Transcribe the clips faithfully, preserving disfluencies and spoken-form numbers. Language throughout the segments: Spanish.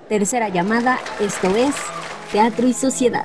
Tercera llamada, esto es Teatro y Sociedad.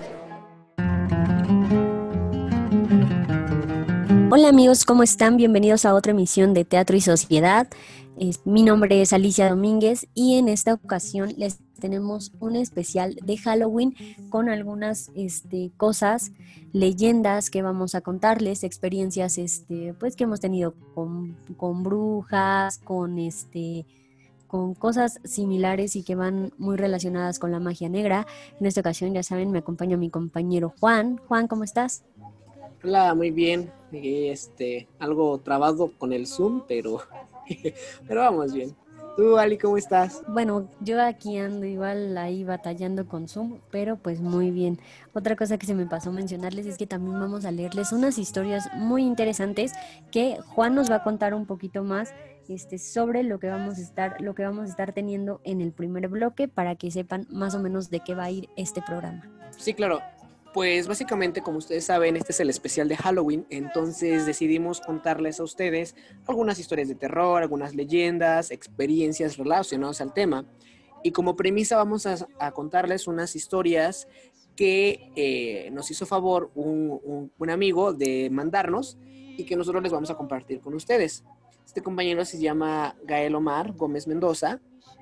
Hola amigos, ¿cómo están? Bienvenidos a otra emisión de Teatro y Sociedad. Es, mi nombre es Alicia Domínguez y en esta ocasión les tenemos un especial de Halloween con algunas este, cosas, leyendas que vamos a contarles, experiencias este, pues, que hemos tenido con, con brujas, con, este, con cosas similares y que van muy relacionadas con la magia negra. En esta ocasión, ya saben, me acompaña mi compañero Juan. Juan, ¿cómo estás? Hola, muy bien. Este, algo trabado con el Zoom, pero, pero vamos bien. Tú, Ali, ¿cómo estás? Bueno, yo aquí ando igual ahí batallando con Zoom, pero pues muy bien. Otra cosa que se me pasó mencionarles es que también vamos a leerles unas historias muy interesantes que Juan nos va a contar un poquito más este, sobre lo que vamos a estar, lo que vamos a estar teniendo en el primer bloque para que sepan más o menos de qué va a ir este programa. Sí, claro. Pues básicamente, como ustedes saben, este es el especial de Halloween, entonces decidimos contarles a ustedes algunas historias de terror, algunas leyendas, experiencias relacionadas al tema. Y como premisa vamos a, a contarles unas historias que eh, nos hizo favor un, un, un amigo de mandarnos y que nosotros les vamos a compartir con ustedes. Este compañero se llama Gael Omar Gómez Mendoza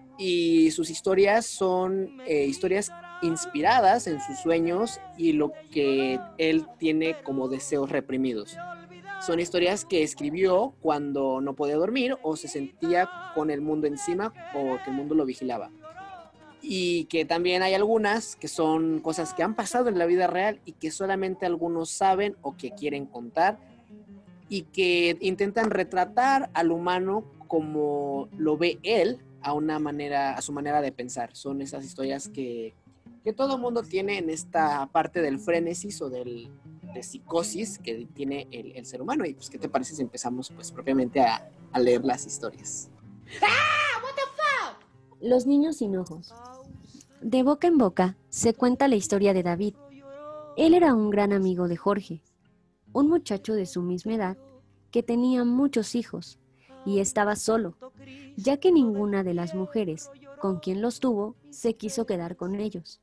y sus historias son eh, historias inspiradas en sus sueños y lo que él tiene como deseos reprimidos. Son historias que escribió cuando no podía dormir o se sentía con el mundo encima o que el mundo lo vigilaba. Y que también hay algunas que son cosas que han pasado en la vida real y que solamente algunos saben o que quieren contar y que intentan retratar al humano como lo ve él a una manera, a su manera de pensar. Son esas historias que, que todo mundo tiene en esta parte del frénesis o del, de psicosis que tiene el, el ser humano. Y pues, ¿qué te parece si empezamos pues propiamente a, a leer las historias? ¡Ah! What the fuck? Los niños sin ojos. De boca en boca se cuenta la historia de David. Él era un gran amigo de Jorge, un muchacho de su misma edad que tenía muchos hijos y estaba solo, ya que ninguna de las mujeres con quien los tuvo se quiso quedar con ellos.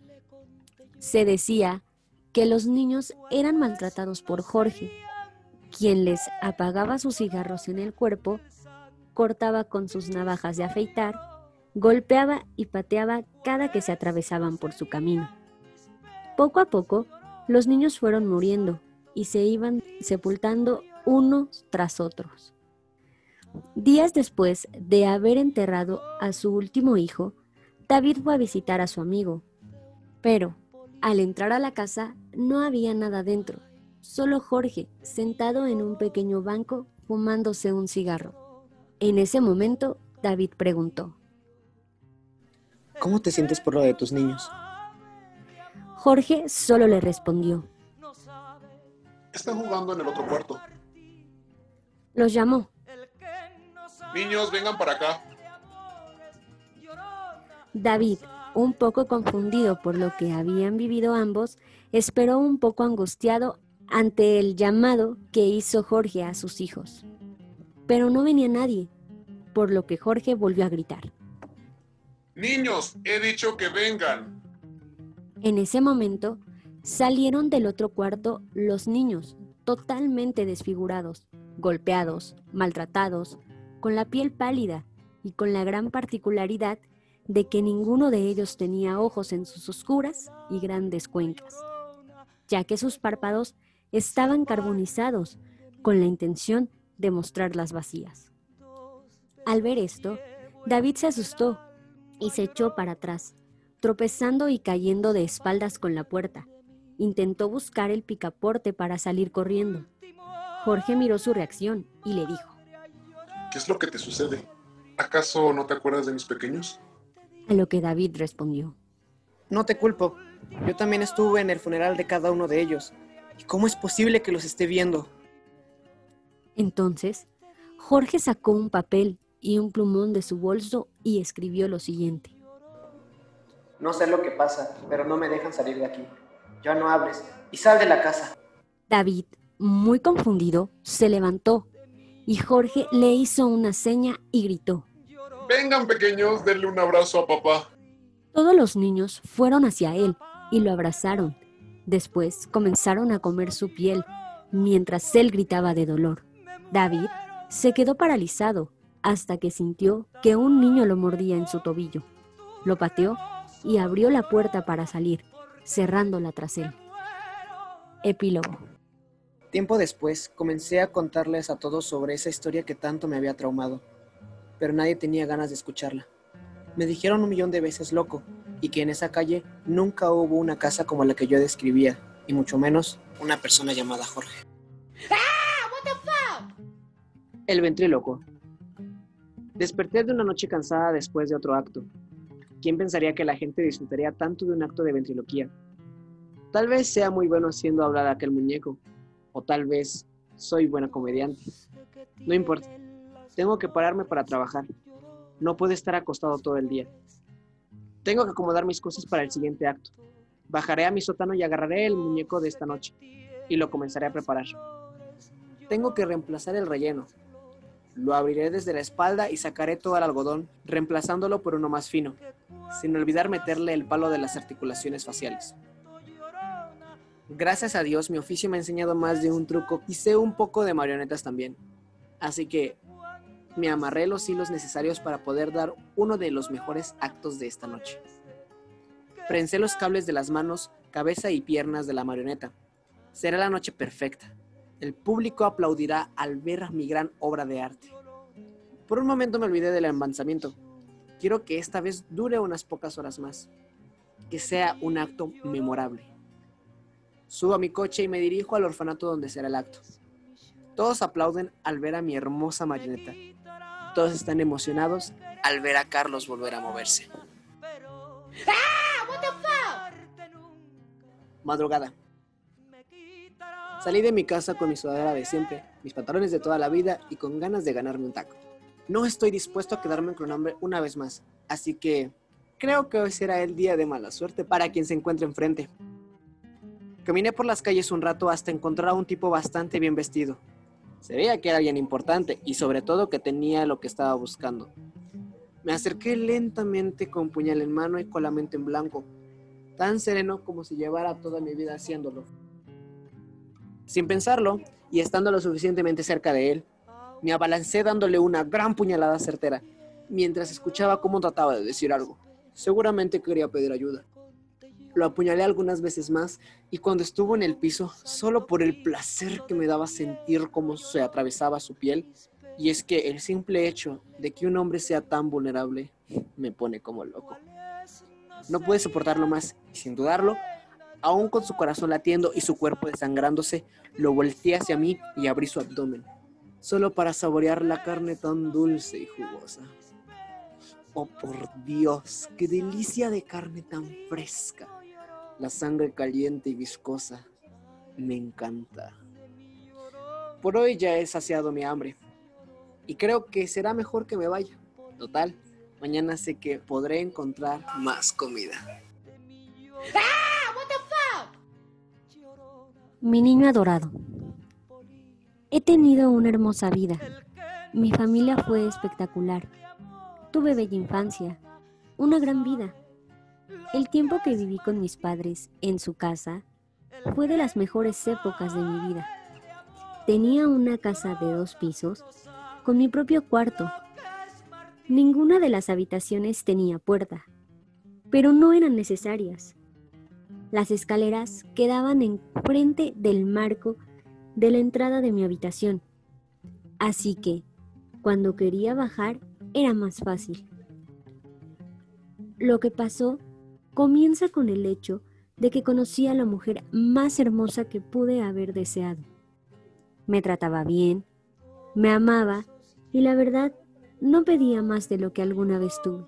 Se decía que los niños eran maltratados por Jorge, quien les apagaba sus cigarros en el cuerpo, cortaba con sus navajas de afeitar, golpeaba y pateaba cada que se atravesaban por su camino. Poco a poco, los niños fueron muriendo y se iban sepultando unos tras otros. Días después de haber enterrado a su último hijo, David fue a visitar a su amigo, pero al entrar a la casa no había nada dentro, solo Jorge sentado en un pequeño banco fumándose un cigarro. En ese momento, David preguntó: ¿Cómo te sientes por lo de tus niños? Jorge solo le respondió: Están jugando en el otro cuarto. Los llamó. Niños, vengan para acá. David, un poco confundido por lo que habían vivido ambos, esperó un poco angustiado ante el llamado que hizo Jorge a sus hijos. Pero no venía nadie, por lo que Jorge volvió a gritar: Niños, he dicho que vengan. En ese momento, salieron del otro cuarto los niños, totalmente desfigurados, golpeados, maltratados, con la piel pálida y con la gran particularidad de que ninguno de ellos tenía ojos en sus oscuras y grandes cuencas, ya que sus párpados estaban carbonizados con la intención de mostrarlas vacías. Al ver esto, David se asustó y se echó para atrás, tropezando y cayendo de espaldas con la puerta. Intentó buscar el picaporte para salir corriendo. Jorge miró su reacción y le dijo: ¿Qué es lo que te sucede? ¿Acaso no te acuerdas de mis pequeños? A lo que David respondió: No te culpo. Yo también estuve en el funeral de cada uno de ellos. ¿Y cómo es posible que los esté viendo? Entonces, Jorge sacó un papel y un plumón de su bolso y escribió lo siguiente: No sé lo que pasa, pero no me dejan salir de aquí. Ya no hables y sal de la casa. David, muy confundido, se levantó y Jorge le hizo una seña y gritó: Vengan, pequeños, denle un abrazo a papá. Todos los niños fueron hacia él y lo abrazaron. Después comenzaron a comer su piel, mientras él gritaba de dolor. David se quedó paralizado hasta que sintió que un niño lo mordía en su tobillo. Lo pateó y abrió la puerta para salir, cerrándola tras él. Epílogo. Tiempo después, comencé a contarles a todos sobre esa historia que tanto me había traumado, pero nadie tenía ganas de escucharla. Me dijeron un millón de veces loco, y que en esa calle nunca hubo una casa como la que yo describía, y mucho menos una persona llamada Jorge. ¡Ah! What the fuck? El ventríloco. Desperté de una noche cansada después de otro acto. ¿Quién pensaría que la gente disfrutaría tanto de un acto de ventriloquía? Tal vez sea muy bueno haciendo hablar a aquel muñeco, o tal vez soy buena comediante. No importa, tengo que pararme para trabajar. No puedo estar acostado todo el día. Tengo que acomodar mis cosas para el siguiente acto. Bajaré a mi sótano y agarraré el muñeco de esta noche, y lo comenzaré a preparar. Tengo que reemplazar el relleno. Lo abriré desde la espalda y sacaré todo el algodón, reemplazándolo por uno más fino, sin olvidar meterle el palo de las articulaciones faciales. Gracias a Dios, mi oficio me ha enseñado más de un truco y sé un poco de marionetas también. Así que me amarré los hilos necesarios para poder dar uno de los mejores actos de esta noche. Prensé los cables de las manos, cabeza y piernas de la marioneta. Será la noche perfecta. El público aplaudirá al ver mi gran obra de arte. Por un momento me olvidé del embalsamiento. Quiero que esta vez dure unas pocas horas más. Que sea un acto memorable. Subo a mi coche y me dirijo al orfanato donde será el acto. Todos aplauden al ver a mi hermosa marioneta. Todos están emocionados al ver a Carlos volver a moverse. ¡Ah! What the fuck? Madrugada. Salí de mi casa con mi sudadera de siempre, mis pantalones de toda la vida y con ganas de ganarme un taco. No estoy dispuesto a quedarme con hambre una vez más, así que creo que hoy será el día de mala suerte para quien se encuentre enfrente. Caminé por las calles un rato hasta encontrar a un tipo bastante bien vestido. Se veía que era alguien importante y sobre todo que tenía lo que estaba buscando. Me acerqué lentamente con puñal en mano y con la mente en blanco, tan sereno como si llevara toda mi vida haciéndolo. Sin pensarlo, y estando lo suficientemente cerca de él, me abalancé dándole una gran puñalada certera, mientras escuchaba cómo trataba de decir algo. Seguramente quería pedir ayuda. Lo apuñalé algunas veces más, y cuando estuvo en el piso, solo por el placer que me daba sentir cómo se atravesaba su piel, y es que el simple hecho de que un hombre sea tan vulnerable me pone como loco. No pude soportarlo más, y sin dudarlo, aún con su corazón latiendo y su cuerpo desangrándose, lo volteé hacia mí y abrí su abdomen, solo para saborear la carne tan dulce y jugosa. Oh, por Dios, qué delicia de carne tan fresca. La sangre caliente y viscosa. Me encanta. Por hoy ya he saciado mi hambre. Y creo que será mejor que me vaya. Total, mañana sé que podré encontrar más comida. ¡Ah! What the fuck? Mi niño adorado. He tenido una hermosa vida. Mi familia fue espectacular. Tuve bella infancia, una gran vida. El tiempo que viví con mis padres en su casa fue de las mejores épocas de mi vida. Tenía una casa de dos pisos con mi propio cuarto. Ninguna de las habitaciones tenía puerta, pero no eran necesarias. Las escaleras quedaban enfrente del marco de la entrada de mi habitación, así que cuando quería bajar era más fácil. Lo que pasó comienza con el hecho de que conocí a la mujer más hermosa que pude haber deseado. Me trataba bien, me amaba y la verdad no pedía más de lo que alguna vez tuve.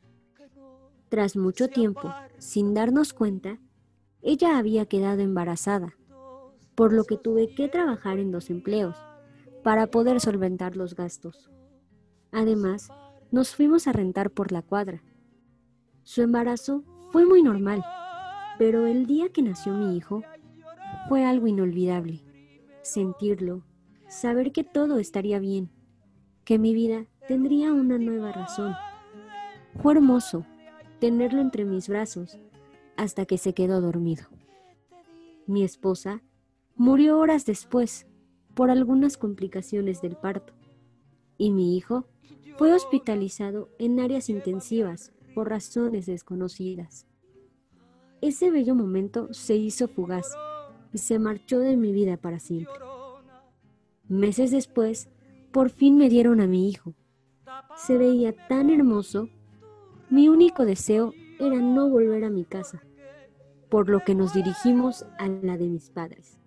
Tras mucho tiempo, sin darnos cuenta, ella había quedado embarazada, por lo que tuve que trabajar en dos empleos para poder solventar los gastos. Además, nos fuimos a rentar por la cuadra. Su embarazo fue muy normal, pero el día que nació mi hijo fue algo inolvidable. Sentirlo, saber que todo estaría bien, que mi vida tendría una nueva razón. Fue hermoso, tenerlo entre mis brazos, hasta que se quedó dormido. Mi esposa murió horas después por algunas complicaciones del parto, y mi hijo fue hospitalizado en áreas intensivas por razones desconocidas. Ese bello momento se hizo fugaz y se marchó de mi vida para siempre. Meses después, por fin me dieron a mi hijo. Se veía tan hermoso. Mi único deseo era no volver a mi casa, por lo que nos dirigimos a la de mis padres.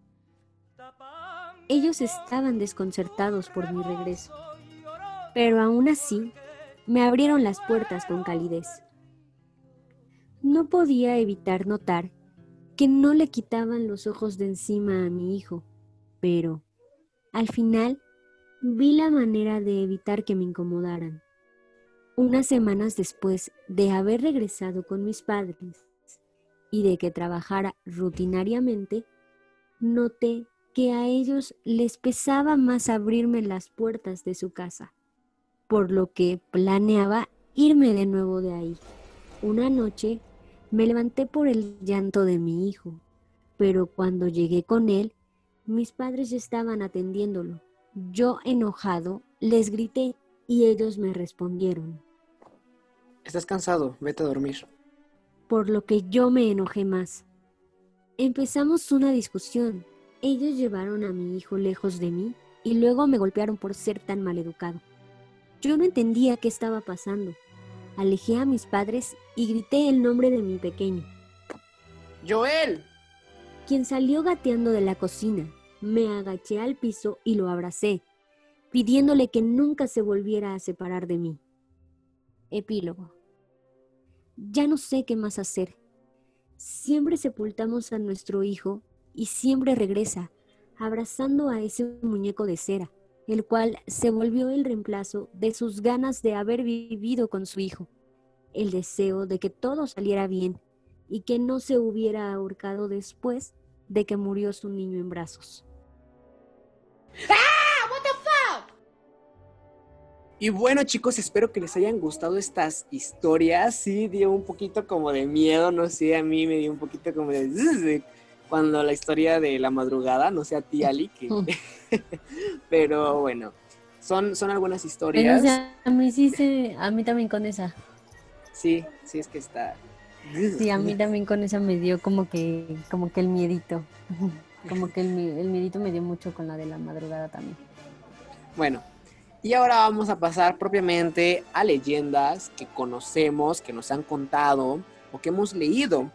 Ellos estaban desconcertados por mi regreso, pero aún así me abrieron las puertas con calidez. No podía evitar notar que no le quitaban los ojos de encima a mi hijo, pero al final vi la manera de evitar que me incomodaran. Unas semanas después de haber regresado con mis padres y de que trabajara rutinariamente, noté que a ellos les pesaba más abrirme las puertas de su casa, por lo que planeaba irme de nuevo de ahí. Una noche me levanté por el llanto de mi hijo, pero cuando llegué con él, mis padres ya estaban atendiéndolo. Yo, enojado, les grité y ellos me respondieron. Estás cansado, vete a dormir. Por lo que yo me enojé más. Empezamos una discusión. Ellos llevaron a mi hijo lejos de mí y luego me golpearon por ser tan maleducado. Yo no entendía qué estaba pasando. Alejé a mis padres y grité el nombre de mi pequeño. ¡Joel! Quien salió gateando de la cocina. Me agaché al piso y lo abracé, pidiéndole que nunca se volviera a separar de mí. Epílogo. Ya no sé qué más hacer. Siempre sepultamos a nuestro hijo y siempre regresa, abrazando a ese muñeco de cera, el cual se volvió el reemplazo de sus ganas de haber vivido con su hijo, el deseo de que todo saliera bien y que no se hubiera ahorcado después de que murió su niño en brazos. ¡Ah! What the fuck? Y bueno, chicos, espero que les hayan gustado estas historias. Sí, dio un poquito como de miedo, no sé, a mí me dio un poquito como de... cuando la historia de la madrugada, no sé a ti, Ali, que... pero bueno, son, son algunas historias. Pero, o sea, a mí sí se... A mí también con esa. Sí, sí, es que está... Sí, a mí también con esa me dio como que, como que el miedito. Como que el, el miedito me dio mucho con la de la madrugada también. Bueno, y ahora vamos a pasar propiamente a leyendas que conocemos, que nos han contado o que hemos leído.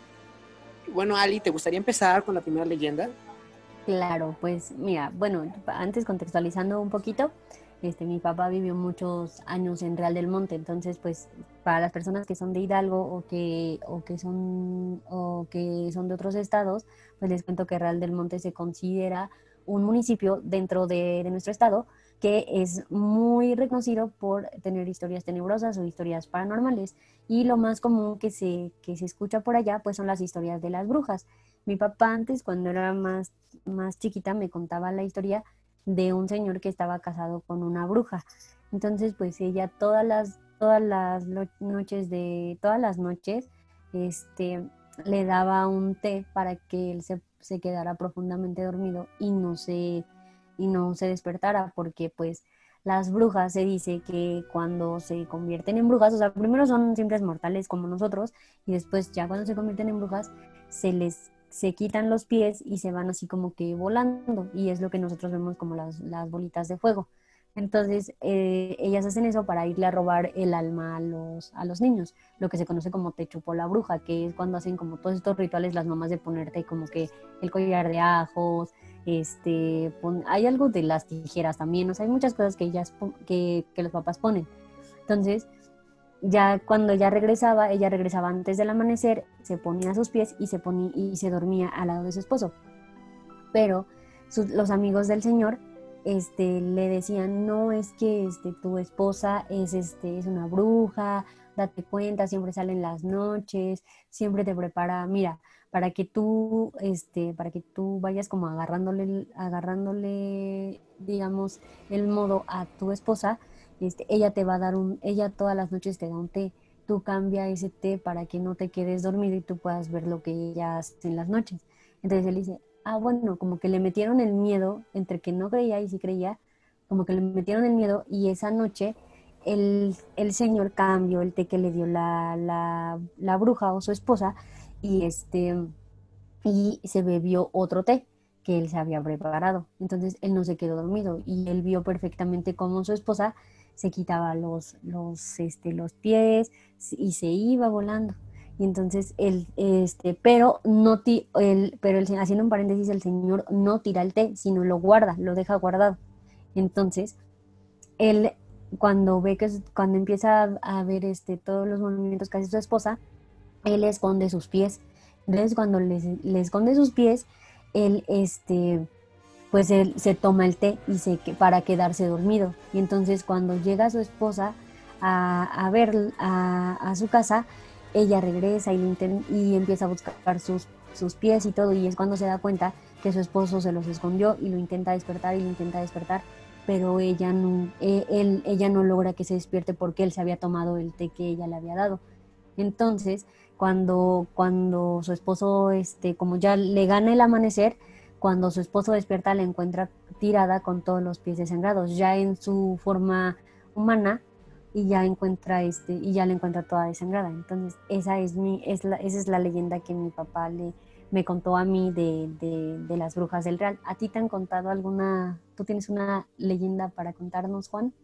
Bueno, Ali, ¿te gustaría empezar con la primera leyenda? Claro, pues mira, bueno, antes contextualizando un poquito, este, mi papá vivió muchos años en Real del Monte, entonces pues para las personas que son de Hidalgo o que, o que son, o que son de otros estados, pues les cuento que Real del Monte se considera un municipio dentro de, de nuestro estado que es muy reconocido por tener historias tenebrosas o historias paranormales, y lo más común que se, que se escucha por allá pues son las historias de las brujas. Mi papá antes, cuando era más, más chiquita, me contaba la historia de un señor que estaba casado con una bruja. Entonces pues ella todas las, todas las noches de, todas las noches este, le daba un té para que él se, se quedara profundamente dormido y no se... y no se despertara, porque pues las brujas se dice que cuando se convierten en brujas, o sea, primero son simples mortales como nosotros y después ya cuando se convierten en brujas se les se quitan los pies y se van así como que volando, y es lo que nosotros vemos como las, las bolitas de fuego. Entonces eh, ellas hacen eso para irle a robar el alma a los, a los niños, lo que se conoce como te chupó la bruja, que es cuando hacen como todos estos rituales las mamás de ponerte como que el collar de ajos, este, pon, hay algo de las tijeras también, o sea, hay muchas cosas que ellas que, que los papás ponen. Entonces ya cuando ella regresaba, ella regresaba antes del amanecer, se ponía a sus pies y se ponía y se dormía al lado de su esposo. Pero sus, los amigos del señor este, le decían, no, es que este, tu esposa es, este, es una bruja, date cuenta, siempre sale en las noches, siempre te prepara, mira, para que tú, este, para que tú vayas como agarrándole, agarrándole, digamos, el modo a tu esposa. Este, ella te va a dar un, ella todas las noches te da un té, tú cambia ese té para que no te quedes dormido y tú puedas ver lo que ella hace en las noches. Entonces él dice, ah, bueno, como que le metieron el miedo, entre que no creía y sí creía, como que le metieron el miedo y esa noche el, el señor cambió el té que le dio la, la, la bruja o su esposa y, este, y se bebió otro té que él se había preparado. Entonces él no se quedó dormido y él vio perfectamente cómo su esposa se quitaba los, los, este, los pies y se iba volando. Y entonces él, este, pero no ti, el, pero el, haciendo un paréntesis, el señor no tira el té, sino lo guarda, lo deja guardado. Entonces, él cuando ve que cuando empieza a, a ver este, todos los movimientos que hace su esposa, él esconde sus pies. Entonces, cuando le, le esconde sus pies, él este pues él se toma el té y se, para quedarse dormido. Y entonces cuando llega su esposa a, a ver a, a, su casa, ella regresa y, intent, y empieza a buscar sus, sus pies y todo, y es cuando se da cuenta que su esposo se los escondió y lo intenta despertar y lo intenta despertar, pero ella no, él, ella no logra que se despierte porque él se había tomado el té que ella le había dado. Entonces, cuando, cuando su esposo, este, como ya le gana el amanecer, cuando su esposo despierta la encuentra tirada con todos los pies desangrados, ya en su forma humana, y ya encuentra este, y ya la encuentra toda desangrada. Entonces, esa es mi, es la, esa es la leyenda que mi papá le, me contó a mí de, de, de las brujas del Real. ¿A ti te han contado alguna, tú tienes una leyenda para contarnos, Juan?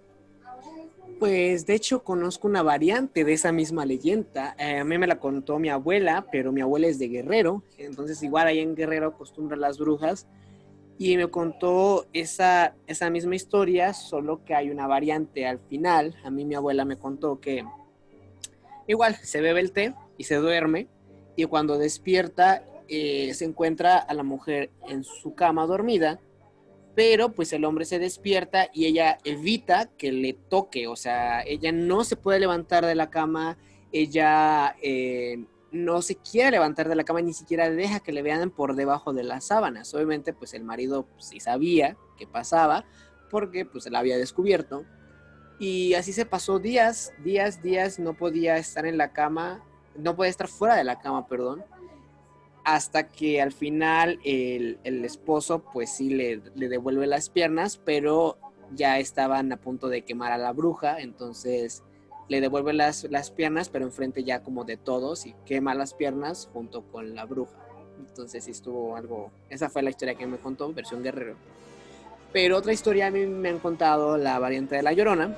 Pues de hecho conozco una variante de esa misma leyenda. Eh, a mí me la contó mi abuela, pero mi abuela es de Guerrero, entonces igual ahí en Guerrero acostumbran las brujas. Y me contó esa, esa misma historia, solo que hay una variante al final. A mí mi abuela me contó que igual se bebe el té y se duerme, y cuando despierta eh, se encuentra a la mujer en su cama dormida, pero pues el hombre se despierta y ella evita que le toque, o sea, ella no se puede levantar de la cama, ella eh, no se quiere levantar de la cama, ni siquiera deja que le vean por debajo de las sábanas. Obviamente pues el marido pues, sí sabía qué pasaba, porque pues la había descubierto, y así se pasó días, días, días, no podía estar en la cama, no podía estar fuera de la cama, perdón, hasta que al final el, el esposo pues sí le, le devuelve las piernas, pero ya estaban a punto de quemar a la bruja, entonces le devuelve las, las piernas, pero enfrente ya como de todos, y quema las piernas junto con la bruja. Entonces sí estuvo algo, esa fue la historia que me contó, versión Guerrero. Pero otra historia a mí me han contado la variante de La Llorona.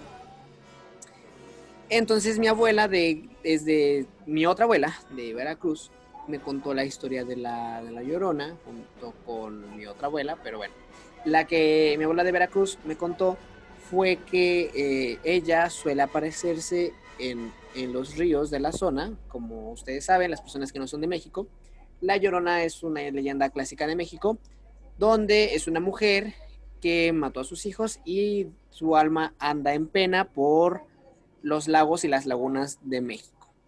Entonces mi abuela, de, desde mi otra abuela de Veracruz, me contó la historia de la, de la Llorona junto con mi otra abuela, pero bueno, la que mi abuela de Veracruz me contó fue que eh, ella suele aparecerse en, en los ríos de la zona. Como ustedes saben, las personas que no son de México, la Llorona es una leyenda clásica de México, donde es una mujer que mató a sus hijos y su alma anda en pena por los lagos y las lagunas de México.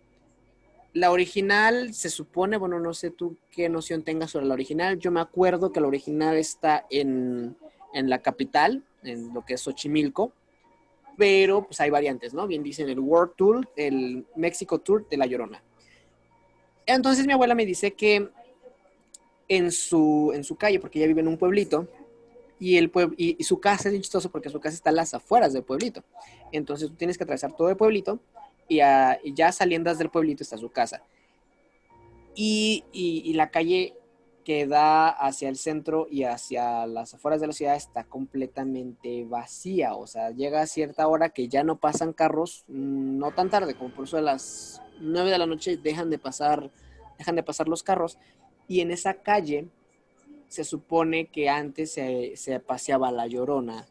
La original se supone, bueno, no sé tú qué noción tengas sobre la original. Yo me acuerdo que la original está en, en la capital, en lo que es Xochimilco, pero pues hay variantes, ¿no? Bien dicen el World Tour, el México Tour de La Llorona. Entonces mi abuela me dice que en su, en su calle, porque ella vive en un pueblito, y, el pueblo, y, y su casa es bien chistoso porque su casa está a las afueras del pueblito. Entonces tú tienes que atravesar todo el pueblito, y, a, y ya saliendo del pueblito está su casa. Y, y, y la calle que da hacia el centro y hacia las afueras de la ciudad está completamente vacía. O sea, llega a cierta hora que ya no pasan carros, no tan tarde, como por eso a las nueve de la noche dejan de pasar, dejan de pasar los carros. Y en esa calle se supone que antes se, se paseaba la Llorona.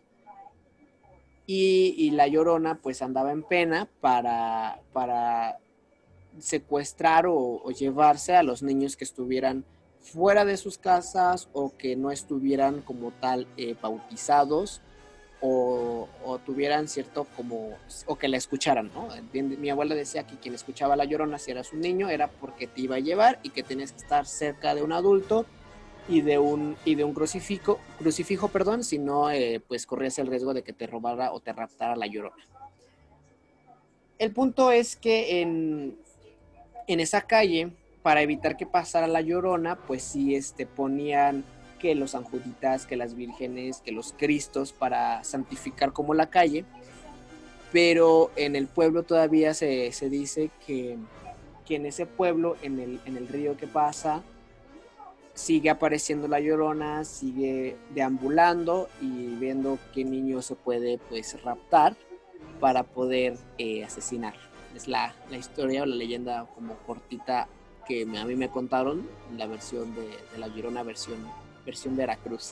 Y, y la Llorona pues andaba en pena para, para secuestrar o, o llevarse a los niños que estuvieran fuera de sus casas o que no estuvieran como tal eh, bautizados o, o tuvieran cierto como, o que la escucharan, ¿no? Mi abuela decía que quien escuchaba a la Llorona, si eras un niño, era porque te iba a llevar y que tenías que estar cerca de un adulto y de un, y de un crucifijo, crucifijo, perdón, si no, eh, pues corrías el riesgo de que te robara o te raptara la Llorona. El punto es que en, en esa calle, para evitar que pasara la Llorona, pues sí este, ponían que los sanjuditas, que las vírgenes, que los cristos para santificar como la calle, pero en el pueblo todavía se, se dice que, que en ese pueblo, en el, en el río que pasa, sigue apareciendo la Llorona, sigue deambulando y viendo qué niño se puede pues raptar para poder eh, asesinar. Es la, la historia o la leyenda como cortita que me, a mí me contaron, la versión de, de la Llorona, versión, versión Veracruz.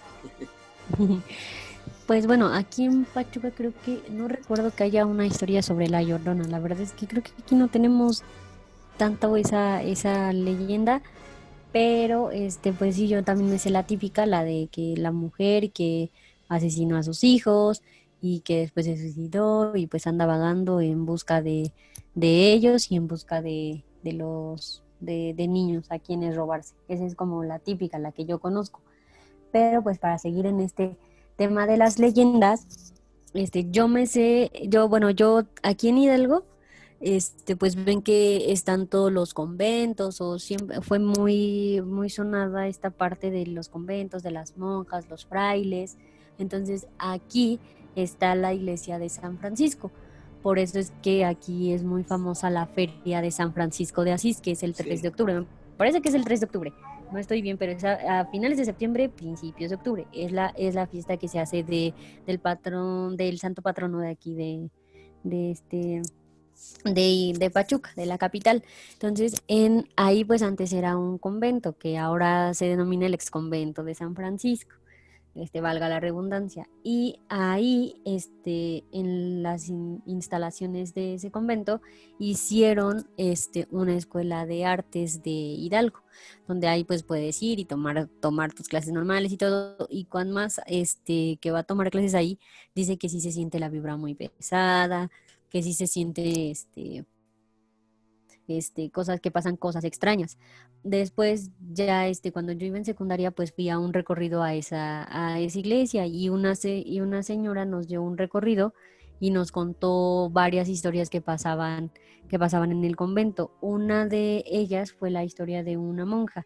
Pues bueno, aquí en Pachuca creo que no recuerdo que haya una historia sobre la Llorona. La verdad es que creo que aquí no tenemos tanto esa, esa leyenda, pero este, pues sí, yo también me sé la típica, la de que la mujer que asesinó a sus hijos y que después se suicidó y pues anda vagando en busca de, de ellos y en busca de, de los de, de niños a quienes robarse. Esa es como la típica, la que yo conozco. Pero pues para seguir en este tema de las leyendas, este, yo me sé, yo, bueno, yo aquí en Hidalgo, este, pues ven que están todos los conventos, o siempre fue muy, muy sonada esta parte de los conventos, de las monjas, los frailes. Entonces aquí está la iglesia de San Francisco. Por eso es que aquí es muy famosa la feria de San Francisco de Asís, que es el tres Sí. de octubre. Me parece que es el tres de octubre. No estoy bien, pero es a, a finales de septiembre, principios de octubre. Es la, es la fiesta que se hace de, del patrón, del santo patrono de aquí, de, de este, de, de Pachuca, de la capital. Entonces, en ahí pues antes era un convento, que ahora se denomina el ex convento de San Francisco, este, valga la redundancia. Y ahí, este, en las in- instalaciones de ese convento, hicieron este, una escuela de artes de Hidalgo, donde ahí pues puedes ir y tomar, tomar tus clases normales y todo. Y cuando más este, que va a tomar clases ahí, dice que sí se siente la vibra muy pesada, que sí se siente este, este, cosas que pasan, cosas extrañas. Después, ya este, cuando yo iba en secundaria, pues fui a un recorrido a esa, a esa iglesia y una, se- y una señora nos dio un recorrido y nos contó varias historias que pasaban, que pasaban en el convento. Una de ellas fue la historia de una monja,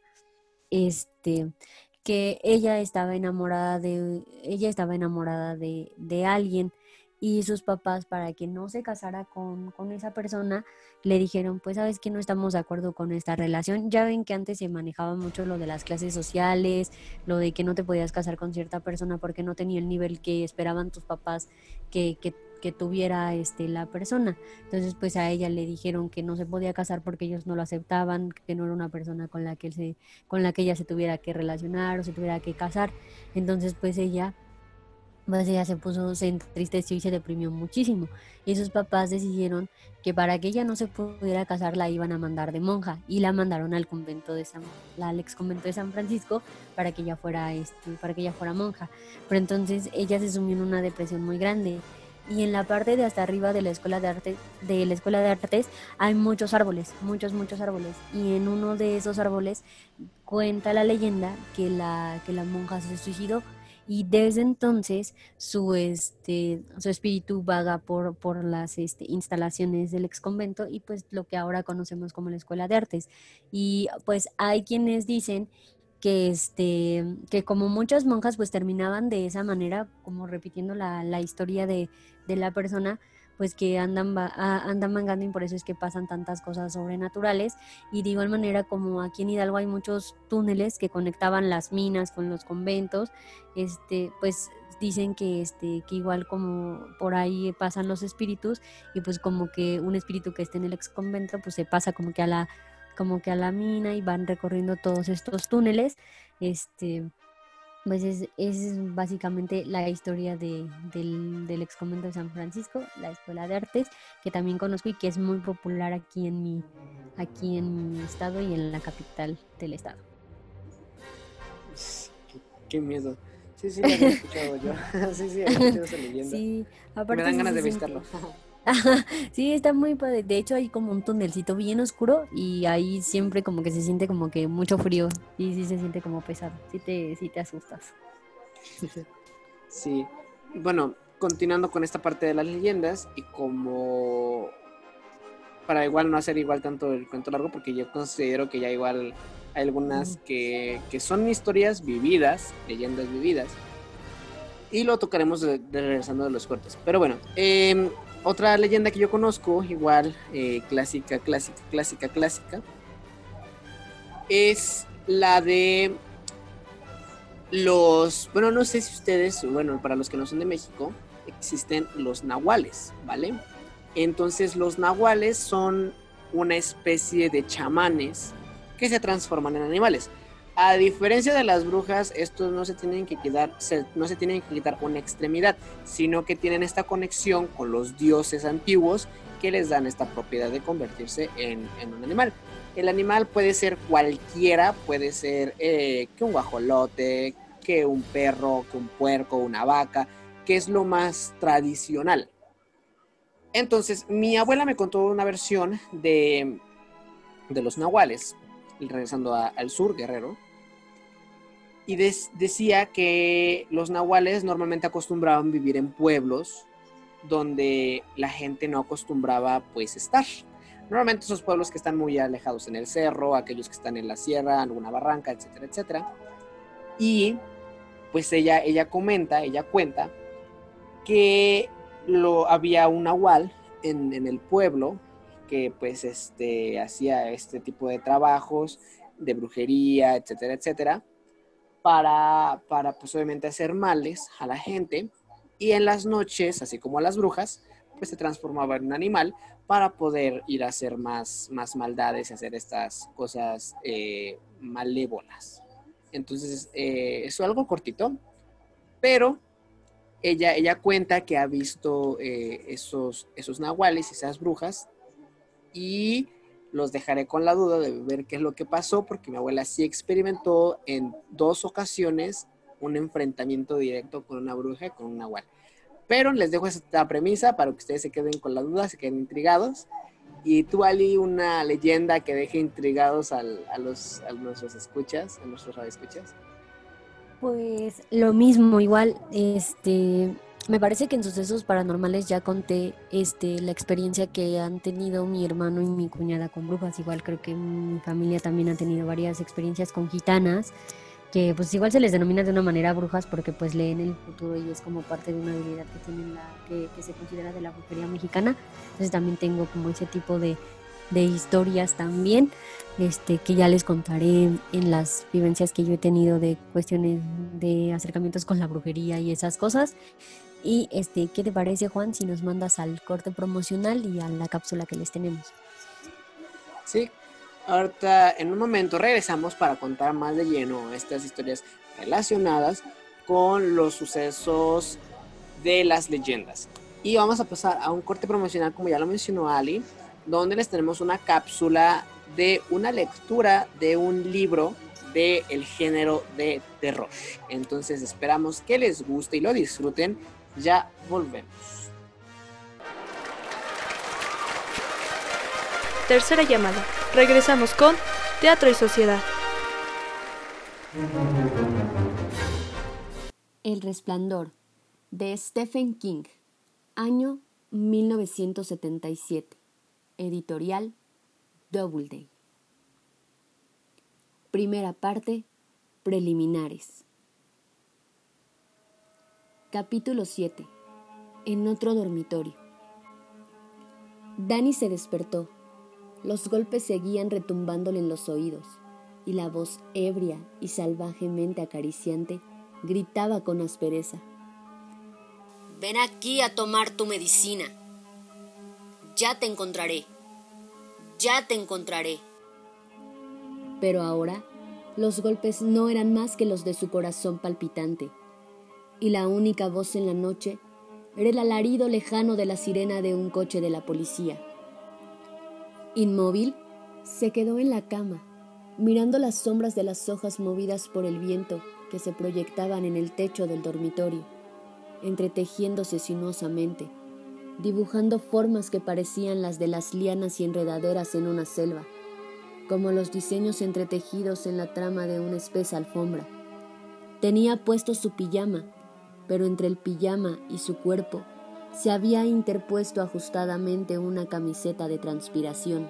este, que ella estaba enamorada de, ella estaba enamorada de, de alguien y sus papás, para que no se casara con, con esa persona, le dijeron, pues sabes que no estamos de acuerdo con esta relación. Ya ven que antes se manejaba mucho lo de las clases sociales, lo de que no te podías casar con cierta persona porque no tenía el nivel que esperaban tus papás que, que, que tuviera este, la persona. Entonces, pues a ella le dijeron que no se podía casar porque ellos no lo aceptaban, que no era una persona con la que él se, con la que ella se tuviera que relacionar o se tuviera que casar. Entonces, pues ella, pues ella se puso, se entristeció y se deprimió muchísimo. Y sus papás decidieron que para que ella no se pudiera casar la iban a mandar de monja y la mandaron al convento de San, al ex convento de San Francisco para que ella fuera, este, para que ella fuera monja. Pero entonces ella se sumió en una depresión muy grande. Y en la parte de hasta arriba de la escuela de arte, de la escuela de artes, hay muchos árboles, muchos, muchos árboles. Y en uno de esos árboles cuenta la leyenda que la, que la monja se suicidó y desde entonces su, este, su espíritu vaga por, por las este, instalaciones del ex convento y pues lo que ahora conocemos como la Escuela de Artes. Y pues hay quienes dicen que, este, que como muchas monjas pues terminaban de esa manera, como repitiendo la, la historia de, de la persona, pues que andan, va- a- andan vagando y por eso es que pasan tantas cosas sobrenaturales. Y de igual manera, como aquí en Hidalgo hay muchos túneles que conectaban las minas con los conventos, este, pues dicen que, este, que igual como por ahí pasan los espíritus y pues como que un espíritu que esté en el ex convento pues se pasa como que a la, como que a la mina y van recorriendo todos estos túneles, este, pues es, es básicamente la historia de, del, del ex convento de San Francisco, la Escuela de Artes, que también conozco y que es muy popular aquí en mi, aquí en mi estado y en la capital del estado. Qué, qué miedo. Sí, sí, la había escuchado yo. Sí, sí, había escuchado esa leyenda. Sí, Me aparte dan sí ganas se de siente. visitarlo. Ajá, sí, está muy padre. De hecho, hay como un tunelcito bien oscuro y ahí siempre como que se siente como que mucho frío y sí se siente como pesado. Sí te, sí te asustas. Sí. Bueno, continuando con esta parte de las leyendas y como para igual no hacer igual tanto el cuento largo, porque yo considero que ya igual hay algunas que, que son historias vividas, leyendas vividas, y lo tocaremos de, de regresando de los cortes. Pero bueno, eh, otra leyenda que yo conozco, igual eh, clásica, clásica, clásica, clásica, es la de los, bueno, no sé si ustedes, bueno, para los que no son de México, existen los nahuales, ¿vale? Entonces los nahuales son una especie de chamanes que se transforman en animales. A diferencia de las brujas, estos no se tienen que quitar, se, no se tienen que quitar una extremidad, sino que tienen esta conexión con los dioses antiguos que les dan esta propiedad de convertirse en, en un animal. El animal puede ser cualquiera, puede ser eh, que un guajolote, que un perro, que un puerco, una vaca, que es lo más tradicional. Entonces, mi abuela me contó una versión de, de los nahuales, regresando a, al sur, Guerrero, y des, decía que los nahuales normalmente acostumbraban vivir en pueblos donde la gente no acostumbraba pues estar. Normalmente esos pueblos que están muy alejados en el cerro, aquellos que están en la sierra, en alguna barranca, etcétera, etcétera. Y pues ella, ella comenta, ella cuenta que lo, había un nahual en, en el pueblo que pues este, hacía este tipo de trabajos de brujería, etcétera, etcétera, para, para pues obviamente hacer males a la gente, y en las noches, así como a las brujas, pues se transformaba en un animal para poder ir a hacer más, más maldades y hacer estas cosas eh, malévolas. Entonces, eh, eso es algo cortito, pero ella, ella cuenta que ha visto eh, esos, esos nahuales y esas brujas, y los dejaré con la duda de ver qué es lo que pasó, porque mi abuela sí experimentó en dos ocasiones un enfrentamiento directo con una bruja y con un nahual. Pero les dejo esta premisa para que ustedes se queden con la duda, se queden intrigados. Y tú, Ali, una leyenda que deje intrigados al, a, los, a nuestros escuchas, a nuestros radioescuchas. Pues lo mismo, igual, este, me parece que en Sucesos Paranormales ya conté este, la experiencia que han tenido mi hermano y mi cuñada con brujas. Igual creo que mi familia también ha tenido varias experiencias con gitanas, que pues igual se les denomina de una manera brujas porque pues leen el futuro y es como parte de una habilidad que tienen la, que, que se considera de la brujería mexicana. Entonces también tengo como ese tipo de, de historias también, este, que ya les contaré en las vivencias que yo he tenido de cuestiones de acercamientos con la brujería y esas cosas. Y este, ¿qué te parece, Juan, si nos mandas al corte promocional y a la cápsula que les tenemos? Sí, ahorita en un momento regresamos para contar más de lleno estas historias relacionadas con los sucesos de las leyendas. Y vamos a pasar a un corte promocional, como ya lo mencionó Ali, donde les tenemos una cápsula de una lectura de un libro del género de terror. Entonces esperamos que les guste y lo disfruten. Ya volvemos. Tercera llamada. Regresamos con Teatro y Sociedad. El Resplandor, de Stephen King, año mil novecientos setenta y siete, editorial Doubleday. Primera parte, preliminares. Capítulo siete. En otro dormitorio. Danny se despertó. Los golpes seguían retumbándole en los oídos, y la voz ebria y salvajemente acariciante gritaba con aspereza: «Ven aquí a tomar tu medicina. Ya te encontraré. Ya te encontraré». Pero ahora los golpes no eran más que los de su corazón palpitante, y la única voz en la noche era el alarido lejano de la sirena de un coche de la policía. Inmóvil, se quedó en la cama, mirando las sombras de las hojas movidas por el viento que se proyectaban en el techo del dormitorio, entretejiéndose sinuosamente, dibujando formas que parecían las de las lianas y enredaderas en una selva, como los diseños entretejidos en la trama de una espesa alfombra. Tenía puesto su pijama, pero entre el pijama y su cuerpo Se había interpuesto ajustadamente una camiseta de transpiración.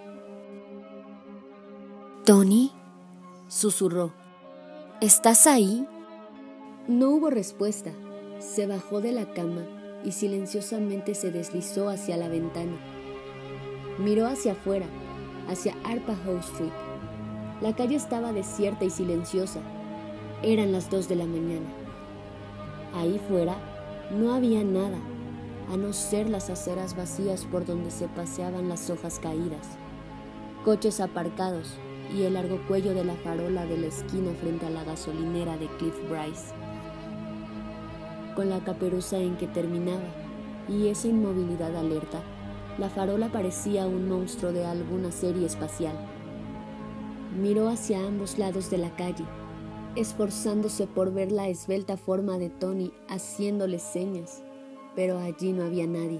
«¿Tony?», susurró. «¿Estás ahí?». No hubo respuesta. Se bajó de la cama y silenciosamente se deslizó hacia la ventana. Miró hacia afuera, hacia Arapahoe Street. La calle estaba desierta y silenciosa. Eran las dos de la mañana. Ahí fuera no había nada, a no ser las aceras vacías por donde se paseaban las hojas caídas, coches aparcados y el largo cuello de la farola de la esquina frente a la gasolinera de Cliff Bryce. Con la caperuza en que terminaba y esa inmovilidad alerta, la farola parecía un monstruo de alguna serie espacial. Miró hacia ambos lados de la calle, esforzándose por ver la esbelta forma de Tony haciéndole señas, pero allí no había nadie.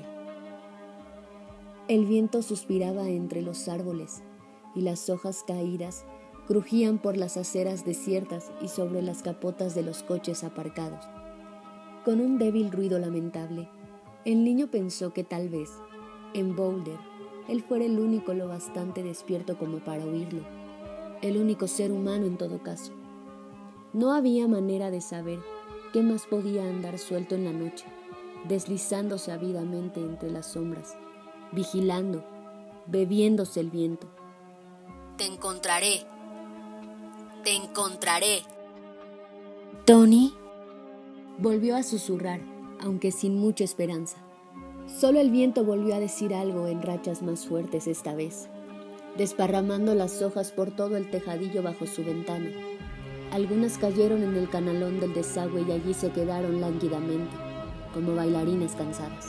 El viento suspiraba entre los árboles y las hojas caídas crujían por las aceras desiertas y sobre las capotas de los coches aparcados. Con un débil ruido lamentable, el niño pensó que tal vez, en Boulder, él fuera el único lo bastante despierto como para oírlo, el único ser humano en todo caso. No había manera de saber qué más podía andar suelto en la noche, deslizándose ávidamente entre las sombras, vigilando, bebiéndose el viento. «Te encontraré, te encontraré». «¿Tony?», volvió a susurrar, aunque sin mucha esperanza. Solo el viento volvió a decir algo en rachas más fuertes esta vez, desparramando las hojas por todo el tejadillo bajo su ventana. Algunas cayeron en el canalón del desagüe y allí se quedaron lánguidamente, como bailarinas cansadas.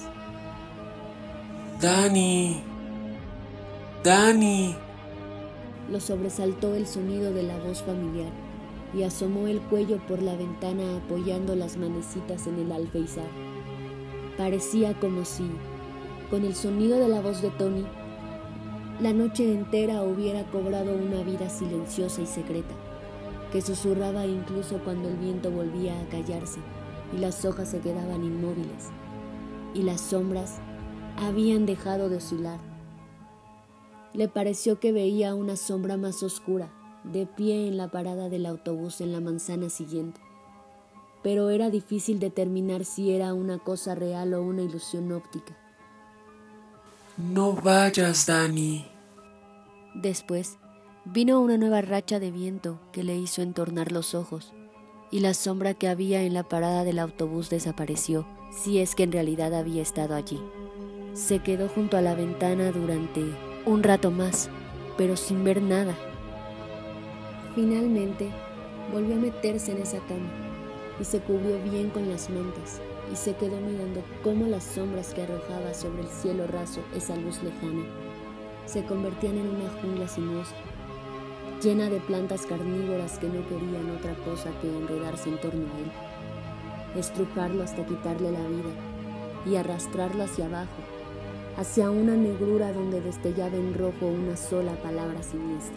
«Dani, Dani». Lo sobresaltó el sonido de la voz familiar y asomó el cuello por la ventana apoyando las manecitas en el alféizar. Parecía como si, con el sonido de la voz de Tony, la noche entera hubiera cobrado una vida silenciosa y secreta, que susurraba incluso cuando el viento volvía a callarse y las hojas se quedaban inmóviles, y las sombras habían dejado de oscilar. Le pareció que veía una sombra más oscura, de pie en la parada del autobús en la manzana siguiente, pero era difícil determinar si era una cosa real o una ilusión óptica. «No vayas, Dani». Después vino una nueva racha de viento que le hizo entornar los ojos, y la sombra que había en la parada del autobús desapareció, si es que en realidad había estado allí. Se quedó junto a la ventana durante un rato más, pero sin ver nada. Finalmente volvió a meterse en esa cama y se cubrió bien con las mantas y se quedó mirando cómo las sombras que arrojaba sobre el cielo raso esa luz lejana se convertían en una jungla sinuosa, llena de plantas carnívoras que no querían otra cosa que enredarse en torno a él, estrujarlo hasta quitarle la vida y arrastrarlo hacia abajo, hacia una negrura donde destellaba en rojo una sola palabra siniestra: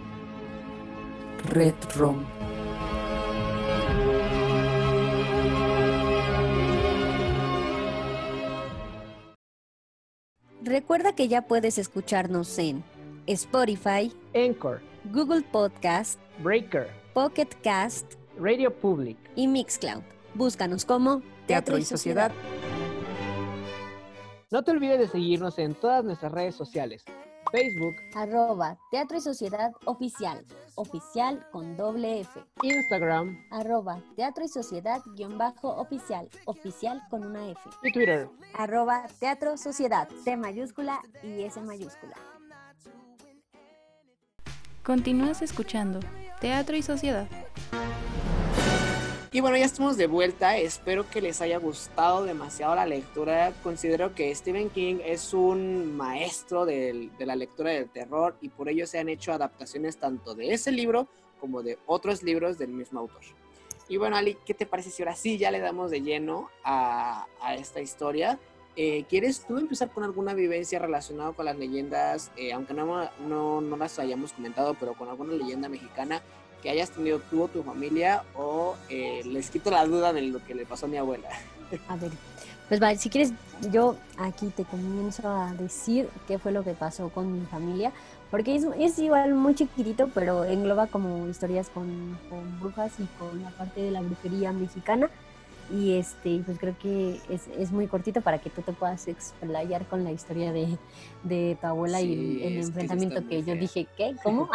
Red Rum. Recuerda que ya puedes escucharnos en Spotify, Anchor, Google Podcast, Breaker, Pocket Cast Radio Public, y Mixcloud. Búscanos como Teatro y Sociedad. No te olvides de seguirnos en todas nuestras redes sociales. Facebook, Arroba Teatro y Sociedad Oficial, oficial con doble F. Instagram Arroba Teatro y Sociedad guión bajo oficial, oficial con una F. y Twitter. Arroba Teatro Sociedad, T mayúscula y S mayúscula. Continúas escuchando Teatro y Sociedad. Y bueno, ya estamos de vuelta. Espero que les haya gustado demasiado la lectura. Considero que Stephen King es un maestro del, de la lectura del terror y por ello se han hecho adaptaciones tanto de ese libro como de otros libros del mismo autor. Y bueno, Ali, ¿qué te parece si ahora sí ya le damos de lleno a, a esta historia? Eh, ¿Quieres tú empezar con alguna vivencia relacionada con las leyendas, eh, aunque no, no, no las hayamos comentado, pero con alguna leyenda mexicana que hayas tenido tú o tu familia, o eh, les quito la duda de lo que le pasó a mi abuela? A ver, pues vale, si quieres, yo aquí te comienzo a decir qué fue lo que pasó con mi familia, porque es, es igual muy chiquitito, pero engloba como historias con, con brujas y con la parte de la brujería mexicana. Y este, pues creo que es, es muy cortito para que tú te puedas explayar con la historia de, de tu abuela y el, Sí, el es que sí está enfrentamiento muy que yo feo. dije, ¿qué? ¿Cómo?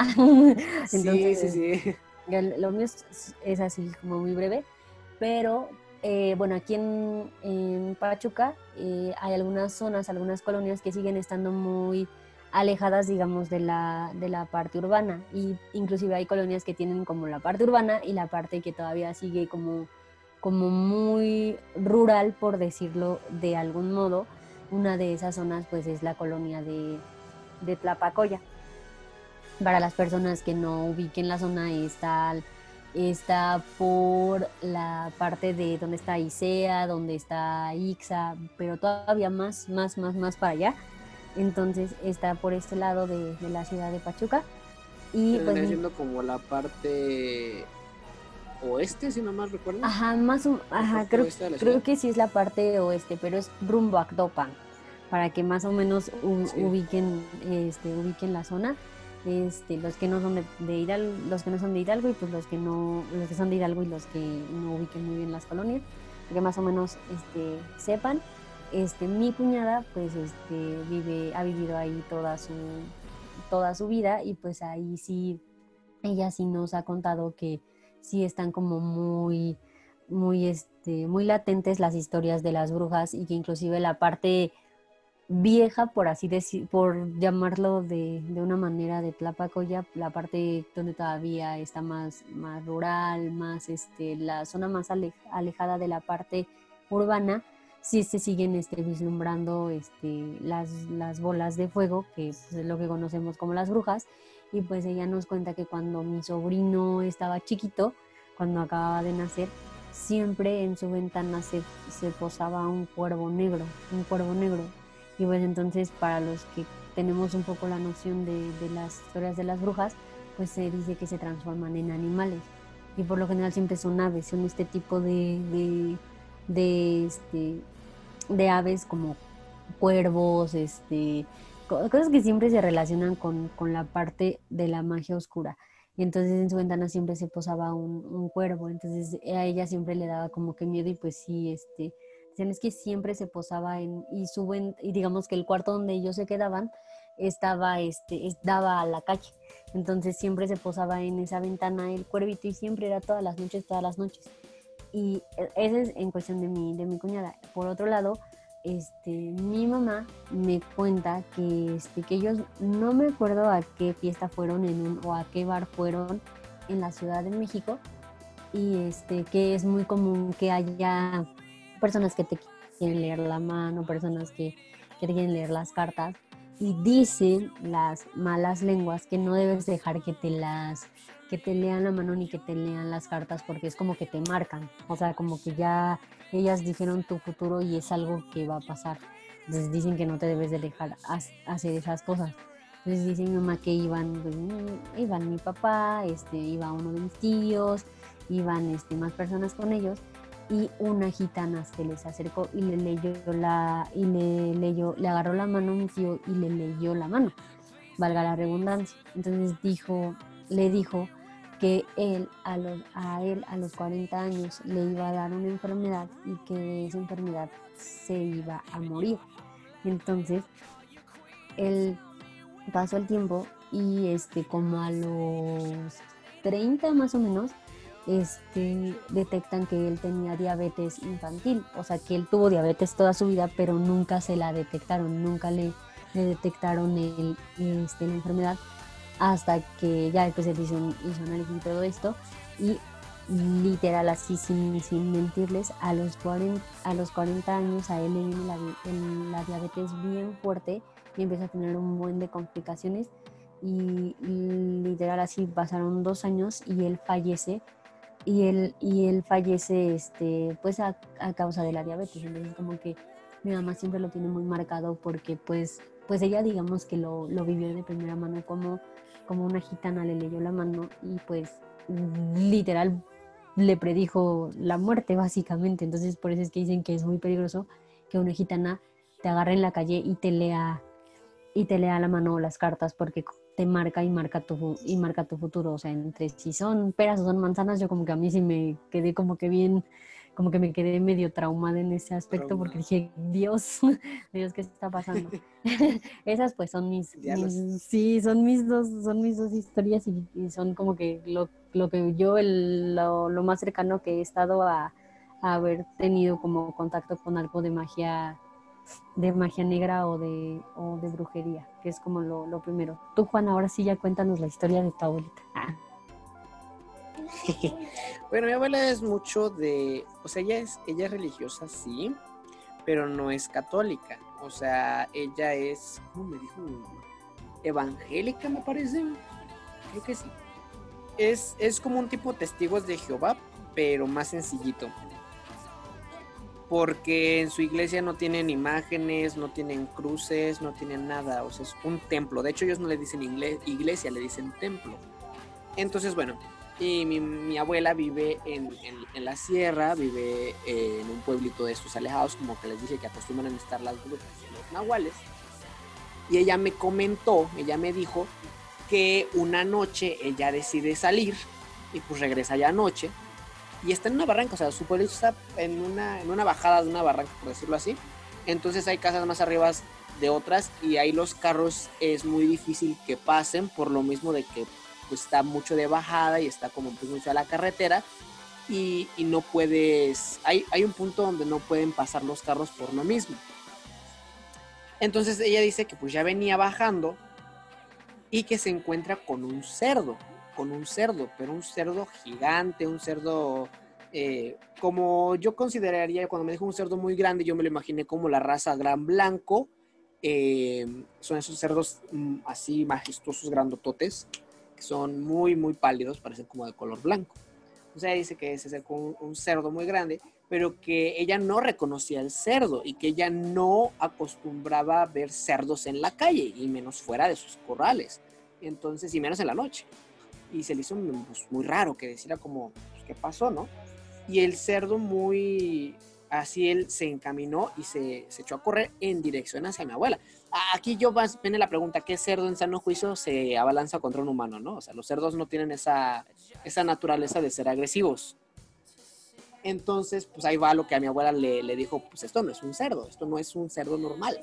Sí, sí, Entonces, sí. ya lo mío es, es así como muy breve, pero eh, bueno, aquí en, en Pachuca eh, hay algunas zonas, algunas colonias que siguen estando muy alejadas, digamos, de la, de la parte urbana, y inclusive hay colonias que tienen como la parte urbana y la parte que todavía sigue como, como muy rural, por decirlo de algún modo. Una de esas zonas pues es la colonia de, de Tlapacoya. Para las personas que no ubiquen la zona, está, está por la parte de donde está Isea, donde está Ixa, pero todavía más, más, más, más para allá. Entonces está por este lado de, de la ciudad de Pachuca. Y Que pues vendría mi, siendo como la parte oeste, si no mal recuerdo. ajá, más, o- La ajá, parte creo, oeste de la ciudad. creo que sí es la parte oeste, pero es rumbo a Actopan, para que más o menos u- Sí. ubiquen, este, ubiquen la zona. Este, los que no son de, de Hidalgo, los que no son de Hidalgo, y pues los que no, los que son de Hidalgo y los que no ubiquen muy bien las colonias, que más o menos este, sepan. Este, mi cuñada pues este, vive, ha vivido ahí toda su, toda su vida, y pues ahí sí, ella sí nos ha contado que sí están como muy, muy, este, muy latentes las historias de las brujas, y que inclusive la parte vieja, por así decir, por llamarlo de, de una manera, de Tlapacoya, la parte donde todavía está más, más rural, más este, la zona más ale, alejada de la parte urbana, sí se siguen este, vislumbrando este, las, las bolas de fuego, que pues, es lo que conocemos como las brujas. Y pues ella nos cuenta que cuando mi sobrino estaba chiquito, cuando acababa de nacer, siempre en su ventana se, se posaba un cuervo negro, un cuervo negro. Y pues entonces, para los que tenemos un poco la noción de, de las historias de las brujas, pues se dice que se transforman en animales. Y por lo general siempre son aves, son este tipo de, de, de, este, de aves como cuervos, este, co- cosas que siempre se relacionan con, con la parte de la magia oscura. Y entonces en su ventana siempre se posaba un, un cuervo, entonces a ella siempre le daba como que miedo. Y pues sí, este, decían es que siempre se posaba en, y suben, y digamos que el cuarto donde ellos se quedaban estaba, este, es- daba a la calle. Entonces siempre se posaba en esa ventana el cuervito, y siempre era todas las noches, todas las noches. Y ese es en cuestión de mi, de mi cuñada. Por otro lado, este, mi mamá me cuenta que, este, que ellos, no me acuerdo a qué fiesta fueron en un, o a qué bar fueron en la Ciudad de México, y este, que es muy común que haya personas que te quieren leer la mano, personas que, que te quieren leer las cartas, y dicen las malas lenguas que no debes dejar que te las que te lean la mano ni que te lean las cartas, porque es como que te marcan, o sea, como que ya ellas dijeron tu futuro y es algo que va a pasar. Entonces dicen que no te debes de dejar hacer esas cosas. Entonces dice mi mamá que iban, pues, iban mi papá, este, iba uno de mis tíos, iban este, más personas con ellos, y una gitana se les acercó y le leyó la, y le leyó, le agarró la mano a mi tío y le leyó la mano, valga la redundancia. Entonces dijo, le dijo que él a, los, a él a los cuarenta años le iba a dar una enfermedad, y que de esa enfermedad se iba a morir. Entonces él pasó el tiempo, y este, como a los treinta más o menos, este, detectan que él tenía diabetes infantil, o sea que él tuvo diabetes toda su vida, pero nunca se la detectaron, nunca le, le detectaron el, este, la enfermedad, hasta que ya después él hizo, un, hizo análisis y todo esto, y literal, así sin, sin mentirles, a los cuarenta, a los cuarenta años a él le vino la, el, la diabetes bien fuerte, y empieza a tener un buen de complicaciones, y, y literal así pasaron dos años y él fallece, y él, y él fallece este, pues a, a causa de la diabetes. Entonces como que mi mamá siempre lo tiene muy marcado porque pues, pues ella digamos que lo, lo vivió de primera mano, como, como una gitana le leyó la mano y pues literal le predijo la muerte básicamente. Entonces por eso es que dicen que es muy peligroso que una gitana te agarre en la calle y te lea y te lea la mano las cartas, porque te marca y marca tu y marca tu futuro. O sea, entre si son peras o son manzanas, yo como que a mí sí me quedé como que bien, como que me quedé medio traumada en ese aspecto. Trauma. Porque dije, Dios, Dios, ¿qué está pasando? Esas pues son mis, mis sí, son mis dos, son mis dos historias y, y son como que lo, lo que yo el, lo, lo más cercano que he estado a, a haber tenido como contacto con algo de magia de magia negra o de, o de brujería, que es como lo, lo primero. Tú, Juan, ahora sí ya cuéntanos la historia de tu abuelita. Ah. Bueno, mi abuela es mucho de, o sea, ella es, ella es religiosa, sí, pero no es católica. O sea, ella es, ¿cómo me dijo? Evangélica, me parece. Creo que sí. Es, es como un tipo de testigos de Jehová, pero más sencillito. Porque en su iglesia no tienen imágenes, no tienen cruces, no tienen nada, o sea, es un templo. De hecho, ellos no le dicen iglesia, le dicen templo. Entonces, bueno, y mi, mi abuela vive en, en, en la sierra, vive en un pueblito de estos alejados, como que les dije que acostumbran a estar las brujas y los nahuales. Y ella me comentó, ella me dijo que una noche ella decide salir y pues regresa ya anoche. Y está en una barranca, o sea, su pueblo está en una, en una bajada de una barranca, por decirlo así. Entonces hay casas más arriba de otras y ahí los carros es muy difícil que pasen por lo mismo de que pues, está mucho de bajada y está como pues, mucho a la carretera y, y no puedes, hay, hay un punto donde no pueden pasar los carros por lo mismo. Entonces ella dice que pues ya venía bajando y que se encuentra con un cerdo. con un cerdo, pero un cerdo gigante, un cerdo eh, como yo consideraría, cuando me dijo un cerdo muy grande, yo me lo imaginé como la raza gran blanco, eh, son esos cerdos mm, así majestuosos, grandototes, que son muy, muy pálidos, parecen como de color blanco. O sea, dice que se acercó un, un cerdo muy grande, pero que ella no reconocía el cerdo y que ella no acostumbraba a ver cerdos en la calle, y menos fuera de sus corrales, entonces, y menos en la noche. Y se le hizo pues, muy raro que decía como, pues, ¿qué pasó, no? Y el cerdo muy, así él se encaminó y se, se echó a correr en dirección hacia mi abuela. Aquí yo vas, viene la pregunta, ¿qué cerdo en sano juicio se abalanza contra un humano, no? O sea, los cerdos no tienen esa, esa naturaleza de ser agresivos. Entonces, pues ahí va lo que a mi abuela le, le dijo, pues esto no es un cerdo, esto no es un cerdo normal.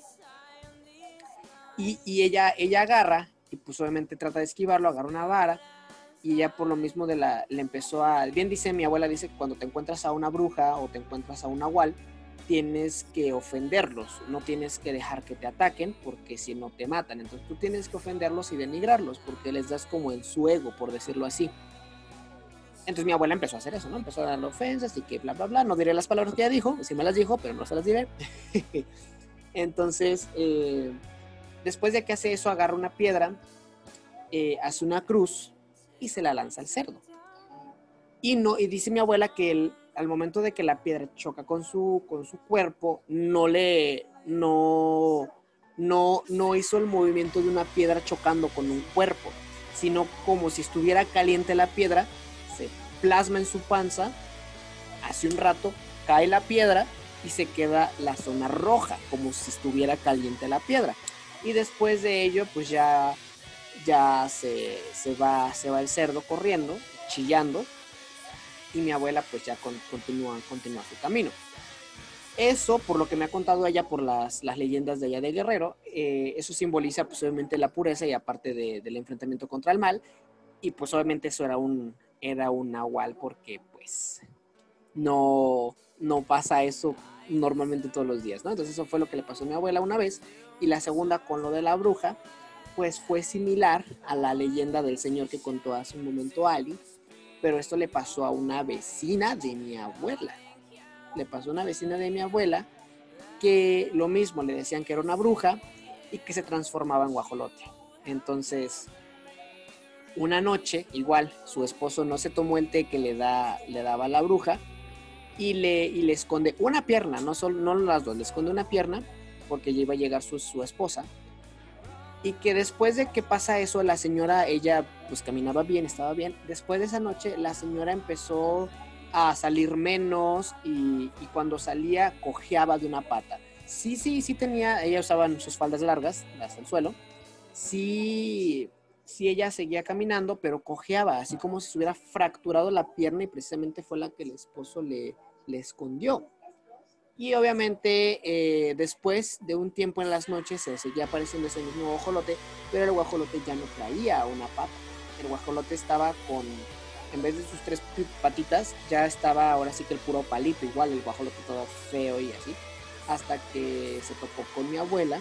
Y, y ella, ella agarra, y pues obviamente trata de esquivarlo, agarra una vara, y ya por lo mismo de la, le empezó a... Bien dice, mi abuela dice que cuando te encuentras a una bruja o te encuentras a un nahual, tienes que ofenderlos, no tienes que dejar que te ataquen porque si no te matan. Entonces tú tienes que ofenderlos y denigrarlos porque les das como en su ego, por decirlo así. Entonces mi abuela empezó a hacer eso, ¿no? Empezó a darle ofensas y que bla, bla, bla. No diré las palabras que ella dijo, sí me las dijo, pero no se las diré. Entonces, eh, después de que hace eso, agarra una piedra, eh, hace una cruz y se la lanza al cerdo. Y, no, y dice mi abuela que el, al momento de que la piedra choca con su, con su cuerpo, no le, no, no, no hizo el movimiento de una piedra chocando con un cuerpo, sino como si estuviera caliente la piedra, se plasma en su panza, hace un rato cae la piedra y se queda la zona roja, como si estuviera caliente la piedra. Y después de ello, pues ya... ya se, se, va, se va el cerdo corriendo, chillando, y mi abuela pues ya con, continúa, continúa su camino. Eso, por lo que me ha contado ella, por las, las leyendas de allá de Guerrero, eh, eso simboliza pues obviamente la pureza y aparte de, del enfrentamiento contra el mal, y pues obviamente eso era un, era un nahual porque pues no, no pasa eso normalmente todos los días, ¿no? Entonces eso fue lo que le pasó a mi abuela una vez, y la segunda con lo de la bruja, pues fue similar a la leyenda del señor que contó hace un momento Ali, pero esto le pasó a una vecina de mi abuela. Le pasó a una vecina de mi abuela que lo mismo, le decían que era una bruja y que se transformaba en guajolote. Entonces, una noche, igual, su esposo no se tomó el té que le, da, le daba la bruja y le, y le esconde una pierna, no, solo, no las dos, le esconde una pierna porque ya iba a llegar su, su esposa. Y que después de que pasa eso, la señora, ella pues caminaba bien, estaba bien. Después de esa noche, la señora empezó a salir menos y, y cuando salía cojeaba de una pata. Sí, sí, sí tenía, ella usaba sus faldas largas hasta el suelo. Sí, sí ella seguía caminando, pero cojeaba, así como si se hubiera fracturado la pierna y precisamente fue la que el esposo le, le escondió. Y obviamente eh, después de un tiempo en las noches se seguía apareciendo ese mismo guajolote, pero el guajolote ya no traía una pata. El guajolote estaba con, en vez de sus tres patitas, ya estaba ahora sí que el puro palito, igual el guajolote todo feo y así, hasta que se topó con mi abuela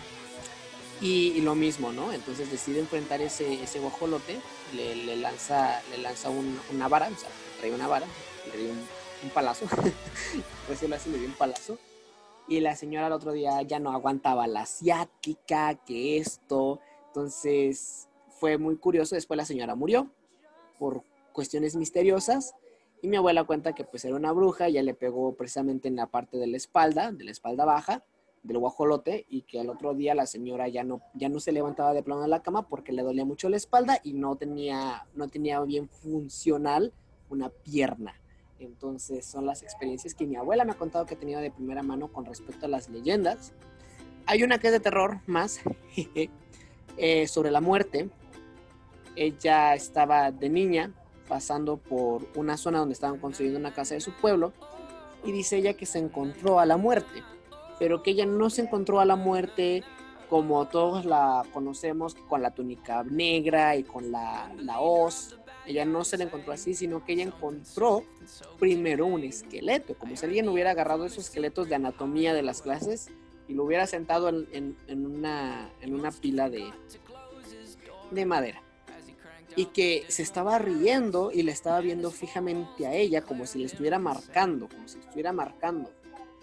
y, y lo mismo, ¿no? Entonces decide enfrentar ese, ese guajolote, le, le lanza, le lanza un, una vara, o sea, trae una vara, le dio un un palazo, pues él así le dio un palazo, y la señora el otro día ya no aguantaba la ciática, que esto, entonces fue muy curioso. Después la señora murió por cuestiones misteriosas, y mi abuela cuenta que pues era una bruja, ya le pegó precisamente en la parte de la espalda, de la espalda baja, del guajolote, y que al otro día la señora ya no, ya no se levantaba de plano de la cama porque le dolía mucho la espalda y no tenía, no tenía bien funcional una pierna. Entonces son las experiencias que mi abuela me ha contado que ha tenido de primera mano con respecto a las leyendas. Hay una que es de terror más, eh, sobre la muerte. Ella estaba de niña pasando por una zona donde estaban construyendo una casa de su pueblo y dice ella que se encontró a la muerte, pero que ella no se encontró a la muerte como todos la conocemos, con la túnica negra y con la, la hoz. Ella no se la encontró así, sino que ella encontró primero un esqueleto, como si alguien hubiera agarrado esos esqueletos de anatomía de las clases y lo hubiera sentado en, en, en, una, en una pila de, de madera. Y que se estaba riendo y le estaba viendo fijamente a ella como si le estuviera marcando, como si le estuviera marcando.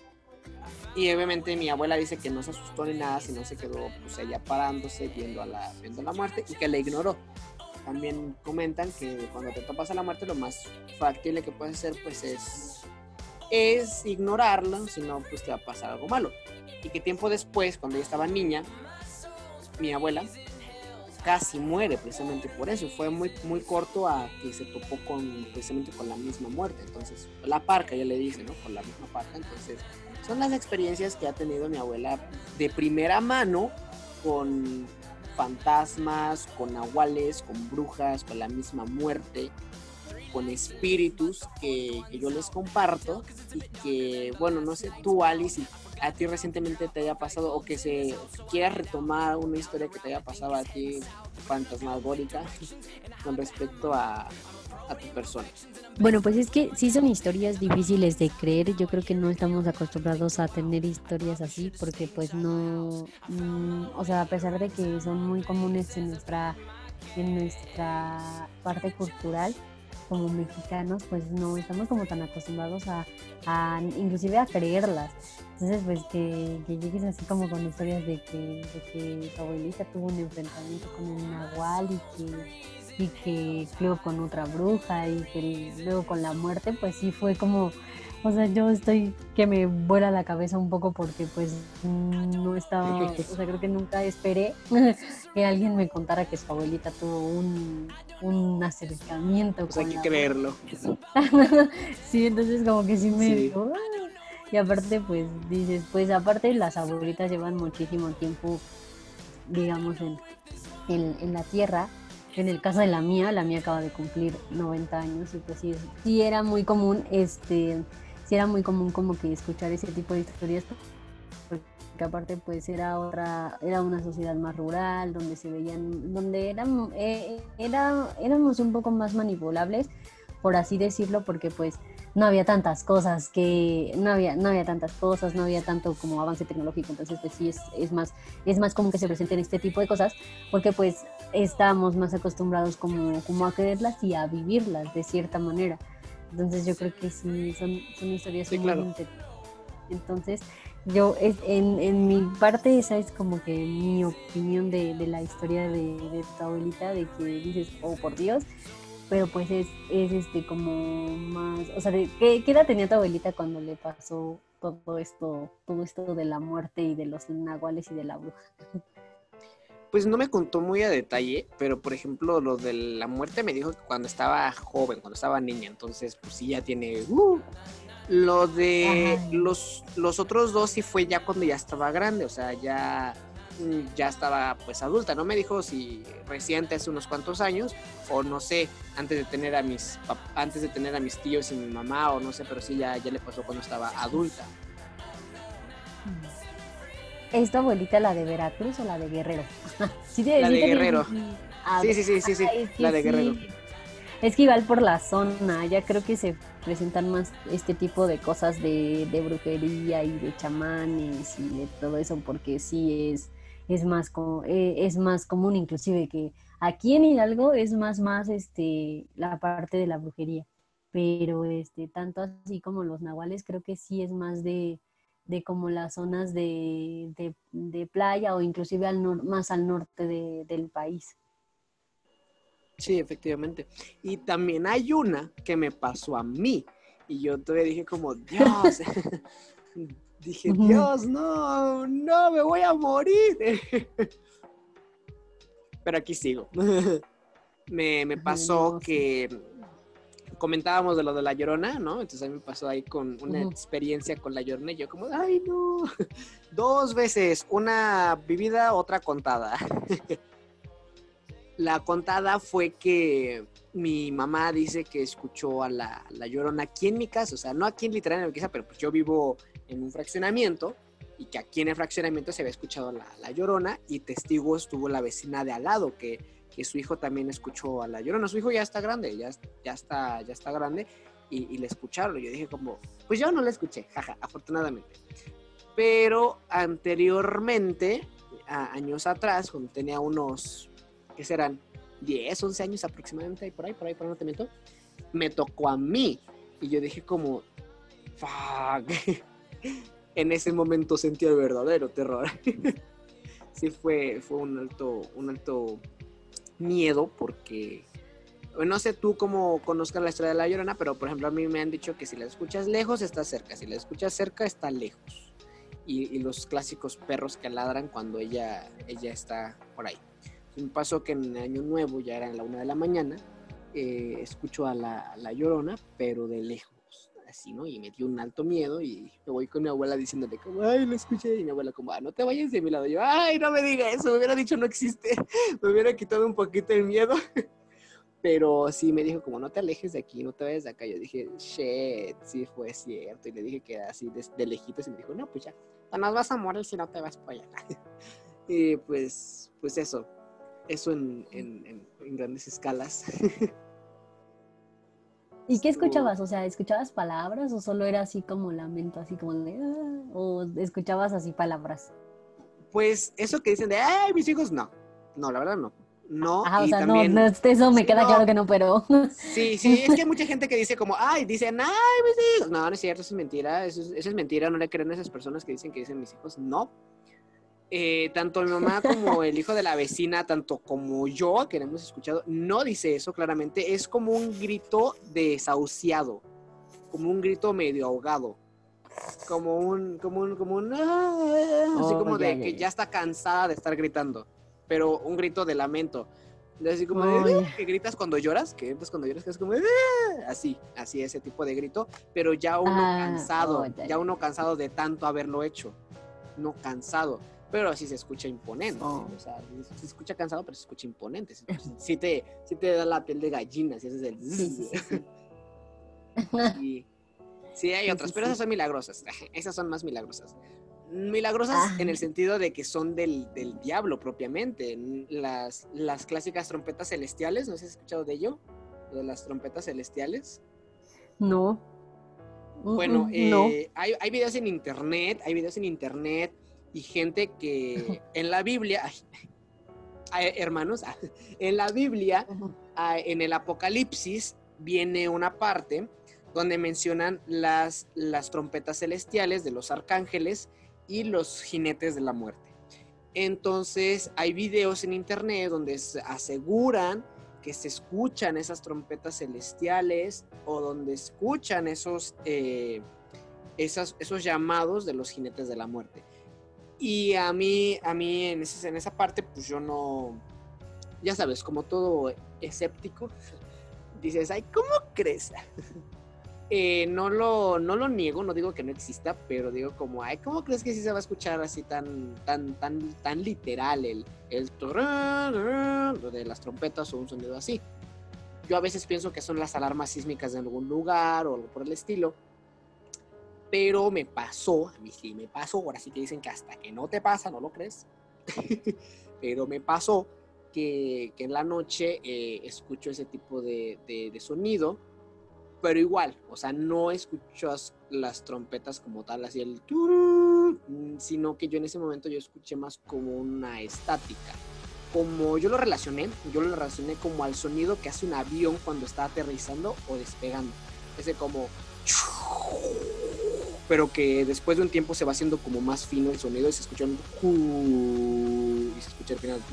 Y obviamente mi abuela dice que no se asustó ni nada, sino se quedó pues ella parándose viendo a la, viendo a la muerte y que la ignoró. También comentan que cuando te topas a la muerte lo más factible que puedes hacer pues es, es ignorarla, si no pues te va a pasar algo malo. Y que tiempo después, cuando ella estaba niña, mi abuela casi muere precisamente por eso. Fue muy, muy corto a que se topó con, precisamente con la misma muerte. Entonces, la parca, ya le dice, ¿no? Con la misma parca. Entonces, son las experiencias que ha tenido mi abuela de primera mano con fantasmas, con nahuales, con brujas, con la misma muerte, con espíritus que, que yo les comparto y que, bueno, no sé, tú, Alice, si a ti recientemente te haya pasado o que se que quieras retomar una historia que te haya pasado a ti fantasmagórica con respecto a, a tu persona. Bueno, pues es que sí son historias difíciles de creer. Yo creo que no estamos acostumbrados a tener historias así porque pues no, mm, o sea, a pesar de que son muy comunes en nuestra, en nuestra parte cultural como mexicanos, pues no estamos como tan acostumbrados a, a inclusive a creerlas. Entonces pues que, que llegues así como con historias de que, de que tu abuelita tuvo un enfrentamiento con un nahual y que y que luego con otra bruja y que luego con la muerte, pues sí fue como, o sea, yo estoy que me vuela la cabeza un poco porque pues no estaba, o sea, creo que nunca esperé que alguien me contara que su abuelita tuvo un, un acercamiento. Pues hay que creerlo. Sí, entonces como que sí me... Sí. ¡Ah! Y aparte pues dices, pues aparte las abuelitas llevan muchísimo tiempo, digamos, en, en, en la tierra. En el caso de la mía, la mía acaba de cumplir noventa años y pues sí, sí era muy común, este, sí era muy común como que escuchar ese tipo de historias, porque aparte pues era otra, era una sociedad más rural, donde se veían, donde eran, eh, era, éramos un poco más manipulables, por así decirlo, porque pues no había tantas cosas que, no había, no había tantas cosas, no había tanto como avance tecnológico, entonces pues sí es, es más, es más común que se presenten este tipo de cosas, porque pues estamos más acostumbrados como, como a creerlas y a vivirlas de cierta manera. Entonces yo creo que sí, son, son historias sí, muy claro. interesantes. Entonces yo, es, en, en mi parte, esa es como que mi opinión de, de la historia de, de tu abuelita, de que dices, oh por Dios, pero pues es, es este como más, o sea, de, ¿qué, ¿qué edad tenía tu abuelita cuando le pasó todo esto, todo esto de la muerte y de los nahuales y de la bruja? Pues no me contó muy a detalle, pero por ejemplo lo de la muerte me dijo que cuando estaba joven, cuando estaba niña, entonces pues sí ya tiene... Uh, lo de Ay. los, los otros dos sí fue ya cuando ya estaba grande, o sea, ya, ya estaba pues adulta, no me dijo si reciente hace unos cuantos años o no sé, antes de tener a mis antes de tener a mis tíos y mi mamá o no sé, pero sí ya, ya le pasó cuando estaba adulta. ¿Es tu abuelita la de Veracruz o la de Guerrero? Sí, de, la sí de Guerrero. Ah, sí, sí, sí, sí, sí, es la de sí. Guerrero. Es que igual por la zona, ya creo que se presentan más este tipo de cosas de, de brujería y de chamanes y de todo eso, porque sí es, es más como, eh, es más común inclusive que aquí en Hidalgo es más más este la parte de la brujería, pero este tanto así como los nahuales creo que sí es más de, de como las zonas de, de, de playa o inclusive al nor- más al norte de, del país. Sí, efectivamente. Y también hay una que me pasó a mí. Y yo todavía dije como, Dios, dije, Dios, no, no, me voy a morir. Pero aquí sigo. me, me pasó No, sí. que comentábamos de lo de La Llorona, ¿no? Entonces a mí me pasó ahí con una Ujú. experiencia con La Llorona y yo como, ay, no. Dos veces, una vivida, otra contada. La contada fue que mi mamá dice que escuchó a la, la Llorona aquí en mi casa, o sea, no aquí en literal en mi casa, pero pues yo vivo en un fraccionamiento y que aquí en el fraccionamiento se había escuchado la, la Llorona y testigo estuvo la vecina de al lado que, que su hijo también escuchó a la Llorona. Su hijo ya está grande, ya, ya, está, ya está grande y, y le escucharon. Y yo dije como, pues yo no la escuché, jaja, afortunadamente. Pero anteriormente, a, años atrás, cuando tenía unos... que serán diez, once años aproximadamente, por ahí, por ahí, por ahí, no te miento, me tocó a mí. Y yo dije como, fuck. En ese momento sentí el verdadero terror. Sí, fue, fue un alto, un alto miedo porque, no sé tú cómo conozcas la historia de La Llorona, pero por ejemplo a mí me han dicho que si la escuchas lejos está cerca, si la escuchas cerca está lejos. Y, y los clásicos perros que ladran cuando ella, ella está por ahí. Me pasó que en Año Nuevo, ya era la una de la mañana, eh, escucho a la, a la Llorona, pero de lejos, así, ¿no? Y me dio un alto miedo y me voy con mi abuela diciéndole como, ay, lo escuché, y mi abuela como, ah, no te vayas de mi lado. Y yo, ay, no me diga eso, me hubiera dicho no existe, me hubiera quitado un poquito el miedo. Pero sí me dijo como, no te alejes de aquí, no te vayas de acá. Yo dije, shit, sí fue cierto. Y le dije que así de, de lejitos y me dijo, no, pues ya, nos vas a morir si no te vas por allá. Y pues, pues eso. Eso en, en, en, en grandes escalas. ¿Y qué escuchabas? O sea, ¿escuchabas palabras o solo era así como lamento, así como de... Ah, o escuchabas así palabras? Pues eso que dicen de, ay, mis hijos, no. No, la verdad no. No, Ajá, o y sea, no, no, también... eso me Sí, queda claro no. que no, pero... Sí, sí, es que hay mucha gente que dice como, ay, dicen, ay, mis hijos. No, no es cierto, eso es mentira, eso es, eso es mentira, no le creen a esas personas que dicen que dicen mis hijos, no. Eh, tanto mi mamá como el hijo de la vecina, tanto como yo, que hemos escuchado, no dice eso claramente, es como un grito desahuciado, como un grito medio ahogado, como un, como un, como un, ah, así Oh, como ya, de ya, que ya. ya está cansada de estar gritando, pero un grito de lamento, así como de, Oh, ya. que gritas cuando lloras, que gritas cuando lloras, que es como de, así, así ese tipo de grito, pero ya uno Ah, cansado, oh, ya, ya ya. uno cansado de tanto haberlo hecho, no cansado, pero sí se escucha imponente, Oh. o sea, se escucha cansado, pero se escucha imponente, sí te, sí te da la piel de gallina, si haces el... Sí, sí, sí, sí. Sí. Sí, hay Sí, otras, sí, pero sí. esas son milagrosas. Esas son más milagrosas. Milagrosas Ah, en el sentido de que son del, del diablo propiamente. Las, las clásicas trompetas celestiales, ¿no has escuchado de ello? Lo de las trompetas celestiales. no. Mm, Bueno, mm, no. eh, hay, hay videos en internet, hay videos en internet y gente que en la Biblia, ay, ay, hermanos, en la Biblia, ay, en el Apocalipsis, viene una parte donde mencionan las, las trompetas celestiales de los arcángeles y los jinetes de la muerte. Entonces hay videos en internet donde aseguran que se escuchan esas trompetas celestiales o donde escuchan esos, eh, esas, esos llamados de los jinetes de la muerte. Y a mí, a mí en, ese, en esa parte, pues yo no, ya sabes, como todo escéptico, dices, ay, ¿cómo crees? Eh, no, lo, no lo niego, no digo que no exista, pero digo como, ay, ¿cómo crees que sí se va a escuchar así tan, tan, tan, tan literal el, el de las trompetas o un sonido así? Yo a veces pienso que son las alarmas sísmicas de algún lugar o algo por el estilo, pero me pasó, a mí sí me pasó, ahora sí que dicen que hasta que no te pasa, no lo crees, pero me pasó que, que en la noche eh, escucho ese tipo de, de, de sonido. Pero igual, o sea, no escuchas las trompetas como tal, así el turú, sino que yo en ese momento yo escuché más como una estática. Como yo lo relacioné, yo lo relacioné como al sonido que hace un avión cuando está aterrizando o despegando. Ese como... Pero que después de un tiempo se va haciendo como más fino el sonido y se escucha un... Y se escucha al final...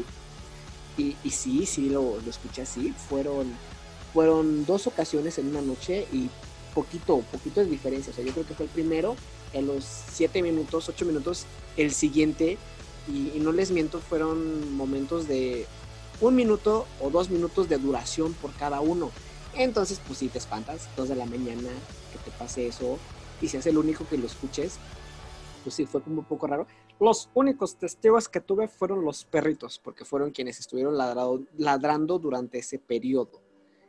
Y, y sí, sí, lo, lo escuché así. Fueron... Fueron dos ocasiones en una noche y poquito, poquito de diferencia. O sea, yo creo que fue el primero, en los siete minutos, ocho minutos, el siguiente, y, y no les miento, fueron momentos de un minuto o dos minutos de duración por cada uno. Entonces, pues sí, te espantas, dos de la mañana, que te pase eso, y seas el único que lo escuches, pues sí, fue como un poco raro. Los únicos testigos que tuve fueron los perritos, porque fueron quienes estuvieron ladrado, ladrando durante ese periodo.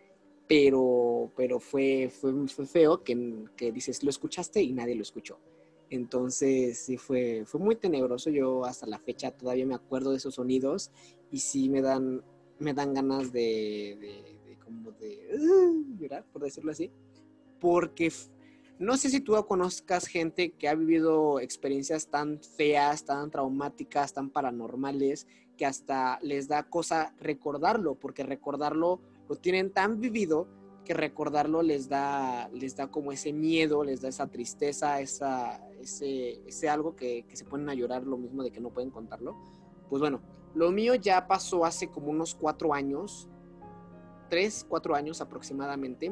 Pero, pero fue, fue, fue feo que, que dices, lo escuchaste y nadie lo escuchó. Entonces sí fue, fue muy tenebroso. Yo hasta la fecha todavía me acuerdo de esos sonidos y sí me dan, me dan ganas de, de, de como de uh, llorar, por decirlo así. Porque no sé si tú conozcas gente que ha vivido experiencias tan feas, tan traumáticas, tan paranormales, que hasta les da cosa recordarlo, porque recordarlo lo tienen tan vivido que recordarlo les da, les da como ese miedo, les da esa tristeza, esa, ese, ese algo que, que se ponen a llorar, lo mismo de que no pueden contarlo. Pues bueno, lo mío ya pasó hace como unos cuatro años, tres, cuatro años aproximadamente,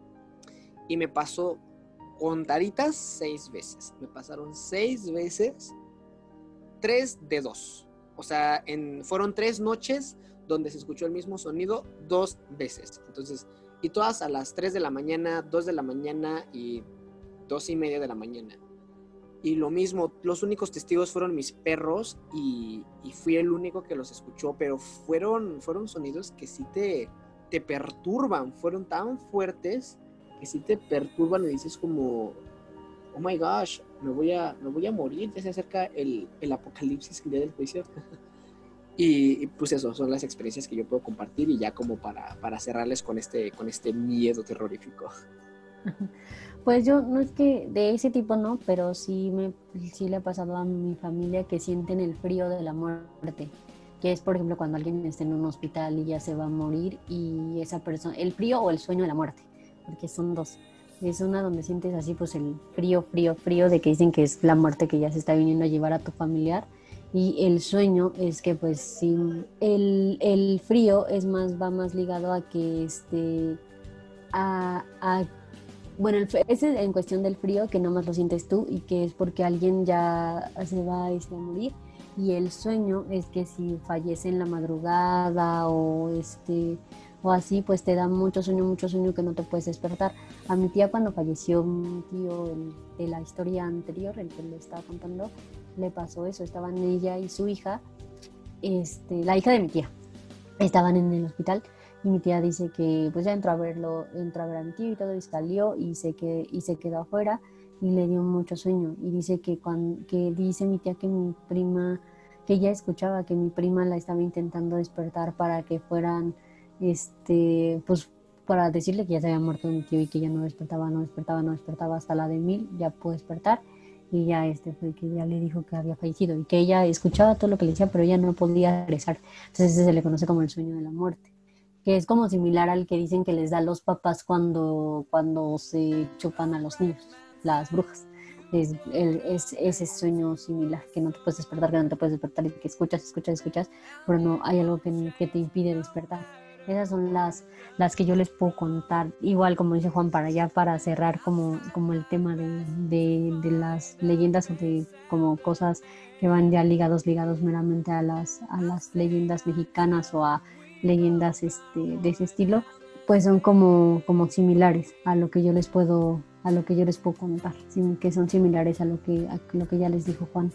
y me pasó contaditas seis veces. Me pasaron seis veces, tres de dos. O sea, en, fueron tres noches donde se escuchó el mismo sonido dos veces. Entonces, y todas a las tres de la mañana, dos de la mañana y dos y media de la mañana. Y lo mismo, los únicos testigos fueron mis perros y, y fui el único que los escuchó, pero fueron, fueron sonidos que sí te, te perturban, fueron tan fuertes que sí te perturban y dices como, oh my gosh, me voy a, me voy a morir, ya se acerca el, el apocalipsis, el día del juicio. Y, y pues eso, son las experiencias que yo puedo compartir y ya como para, para cerrarles con este, con este miedo terrorífico. Pues yo, no es que de ese tipo no, pero sí, me, sí le ha pasado a mi familia que sienten el frío de la muerte, que es por ejemplo cuando alguien está en un hospital y ya se va a morir y esa persona, el frío o el sueño de la muerte, porque son dos. Es una donde sientes así pues el frío, frío, frío de que dicen que es la muerte que ya se está viniendo a llevar a tu familiar. Y el sueño es que pues sí, el, el frío es más, va más ligado a que este, a, a bueno, el, ese en cuestión del frío que nomás lo sientes tú y que es porque alguien ya se va este, a morir. Y el sueño es que si fallece en la madrugada o este o así, pues te da mucho sueño, mucho sueño que no te puedes despertar. A mi tía cuando falleció mi tío el, de la historia anterior, el que le estaba contando, le pasó eso. Estaban ella y su hija, este, la hija de mi tía, estaban en el hospital y mi tía dice que pues ya entró a verlo, entró a ver a mi tío y todo y salió y se, que, y se quedó afuera y le dio mucho sueño. Y dice que, cuando, que dice mi tía que mi prima, que ella escuchaba que mi prima la estaba intentando despertar para que fueran, este, pues para decirle que ya se había muerto mi tío y que ya no despertaba, no despertaba, no despertaba hasta la de mil, ya pudo despertar. Y ya este fue que ya le dijo que había fallecido y que ella escuchaba todo lo que le decía, pero ella no podía regresar. Entonces ese se le conoce como el sueño de la muerte, que es como similar al que dicen que les da a los papás cuando, cuando se chupan a los niños, las brujas. Es, el, es ese sueño similar, que no te puedes despertar, que no te puedes despertar y que escuchas, escuchas, escuchas, pero no hay algo que, que te impide despertar. Esas son las, las que yo les puedo contar. Igual, como dice Juan, para allá, para cerrar como, como el tema de, de, de las leyendas o de como cosas que van ya ligados, ligados meramente a las, a las leyendas mexicanas o a leyendas este, de ese estilo, pues son como, como similares a lo que yo les puedo, a lo que yo les puedo contar, que son similares a lo que, a lo que ya les dijo Juan.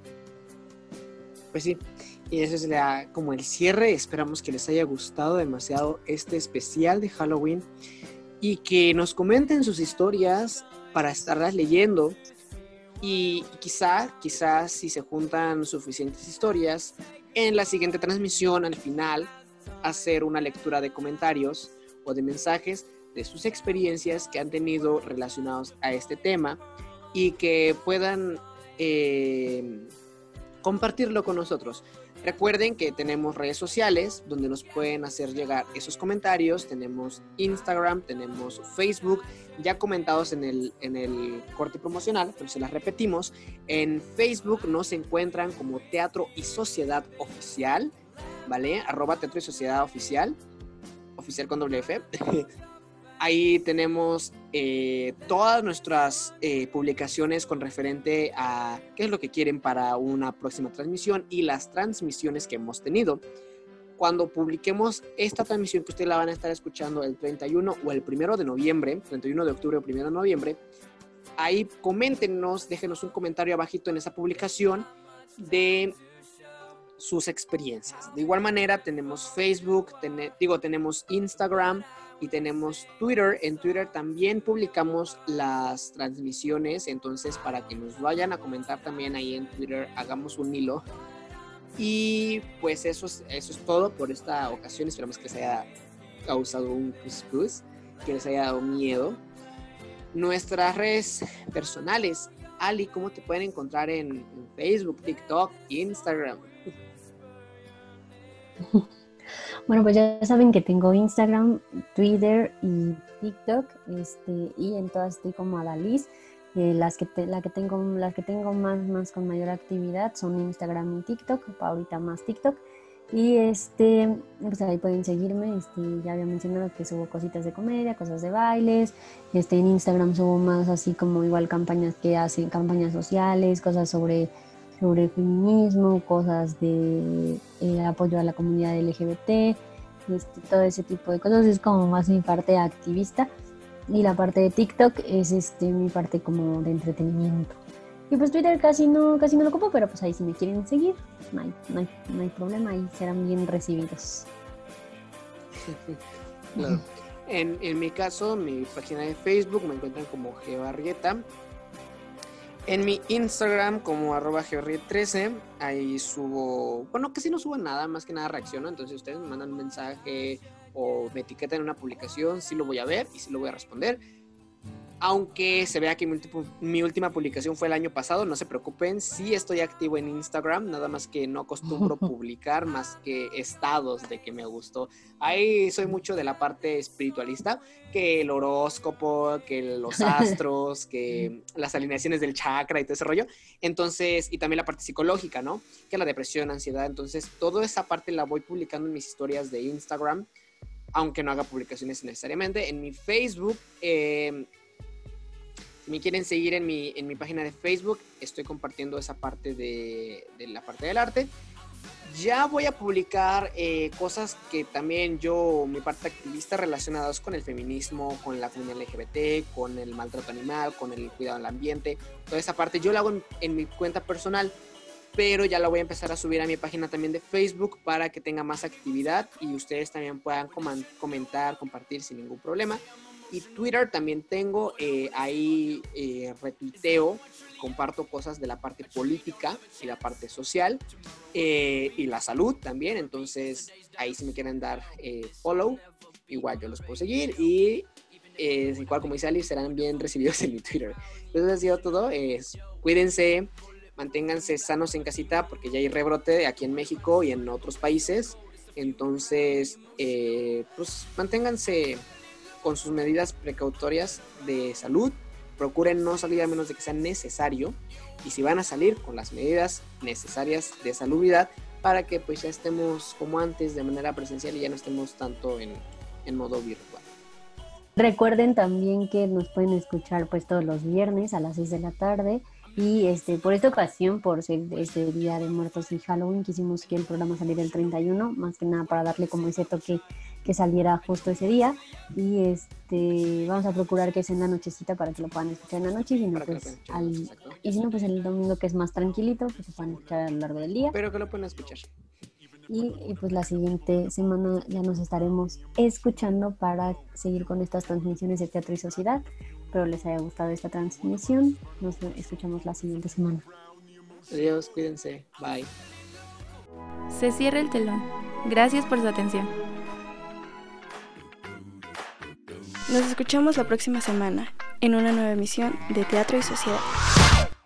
Pues sí, y eso es la, como el cierre. Esperamos que les haya gustado demasiado este especial de Halloween y que nos comenten sus historias para estarlas leyendo, y quizá, quizás si se juntan suficientes historias, en la siguiente transmisión al final hacer una lectura de comentarios o de mensajes de sus experiencias que han tenido relacionados a este tema y que puedan eh, compartirlo con nosotros. Recuerden que tenemos redes sociales donde nos pueden hacer llegar esos comentarios. Tenemos Instagram, tenemos Facebook, ya comentados en el, en el corte promocional, pero se las repetimos. En Facebook nos encuentran como Teatro y Sociedad Oficial, ¿vale? Arroba Teatro y Sociedad Oficial, oficial con doble F. Ahí tenemos eh, todas nuestras eh, publicaciones con referente a qué es lo que quieren para una próxima transmisión y las transmisiones que hemos tenido. Cuando publiquemos esta transmisión, que ustedes la van a estar escuchando el treinta y uno o el primero de noviembre, treinta y uno de octubre o primero de noviembre, ahí coméntenos, déjenos un comentario abajito en esa publicación de sus experiencias. De igual manera tenemos Facebook, ten, digo, tenemos Instagram y tenemos Twitter. En Twitter también publicamos las transmisiones, entonces para que nos vayan a comentar también ahí en Twitter, hagamos un hilo. Y pues eso es, eso es todo por esta ocasión. Esperamos que les haya causado un cuscús, que les haya dado miedo. Nuestras redes personales, Ali, ¿cómo te pueden encontrar en, en Facebook, TikTok, Instagram? Bueno, pues ya saben que tengo Instagram, Twitter y TikTok, este, y en todas estoy como Adaliz. Eh, las que te, la que tengo, las que tengo más, más con mayor actividad son Instagram y TikTok, ahorita más TikTok. Y este, pues ahí pueden seguirme. Este, ya había mencionado que subo cositas de comedia, cosas de bailes. Este, en Instagram subo más así como igual campañas que hacen, campañas sociales, cosas sobre sobre feminismo, cosas de eh, apoyo a la comunidad L G B T, este, todo ese tipo de cosas. Es como más mi parte activista, y la parte de TikTok es este, mi parte como de entretenimiento. Y pues Twitter casi no, casi no lo ocupo, pero pues ahí si me quieren seguir, no hay, no hay, no hay problema, ahí serán bien recibidos. Claro. En, en mi caso, mi página de Facebook me encuentran como Gebarrieta. En mi Instagram como arroba gebarrieta trece, ahí subo, bueno, casi no subo nada, más que nada reacciono. Entonces ustedes me mandan un mensaje o me etiquetan en una publicación, sí lo voy a ver y sí lo voy a responder. Aunque se vea que mi, ulti- mi última publicación fue el año pasado, no se preocupen, sí estoy activo en Instagram, nada más que no acostumbro publicar más que estados de que me gustó. Ahí soy mucho de la parte espiritualista, que el horóscopo, que los astros, que las alineaciones del chakra y todo ese rollo. Entonces, y también la parte psicológica, ¿no? Que la depresión, ansiedad. Entonces, toda esa parte la voy publicando en mis historias de Instagram, aunque no haga publicaciones necesariamente. En mi Facebook, eh, si me quieren seguir en mi, en mi página de Facebook, estoy compartiendo esa parte de, de la parte del arte. Ya voy a publicar eh, cosas que también yo, mi parte activista, relacionadas con el feminismo, con la comunidad L G B T, con el maltrato animal, con el cuidado del ambiente. Toda esa parte yo la hago en, en mi cuenta personal, pero ya la voy a empezar a subir a mi página también de Facebook para que tenga más actividad y ustedes también puedan com- comentar, compartir sin ningún problema. Y Twitter también tengo, eh, ahí eh, retuiteo, comparto cosas de la parte política y la parte social eh, y la salud también. Entonces ahí si me quieren dar eh, follow, igual yo los puedo seguir y eh, igual como dice Ali, serán bien recibidos en mi Twitter. Entonces ha sido todo, eh, cuídense, manténganse sanos en casita porque ya hay rebrote aquí en México y en otros países. Entonces eh, pues manténganse con sus medidas precautorias de salud, procuren no salir a menos de que sea necesario, y si van a salir con las medidas necesarias de salubridad, para que pues ya estemos como antes de manera presencial y ya no estemos tanto en, en modo virtual. Recuerden también que nos pueden escuchar pues todos los viernes a las seis de la tarde y este por esta ocasión, por ser este Día de Muertos y Halloween, quisimos que el programa saliera el treinta y uno, más que nada para darle como ese toque que saliera justo ese día y este vamos a procurar que sea en la nochecita para que lo puedan escuchar en la noche y si no, pues, al, y si no pues el domingo que es más tranquilito, pues se puedan escuchar a lo largo del día. Pero que lo pueden escuchar. Y, y pues la siguiente semana ya nos estaremos escuchando para seguir con estas transmisiones de Teatro y Sociedad. Espero les haya gustado esta transmisión. Nos escuchamos la siguiente semana. Adiós, cuídense. Bye. Se cierra el telón. Gracias por su atención. Nos escuchamos la próxima semana en una nueva emisión de Teatro y Sociedad.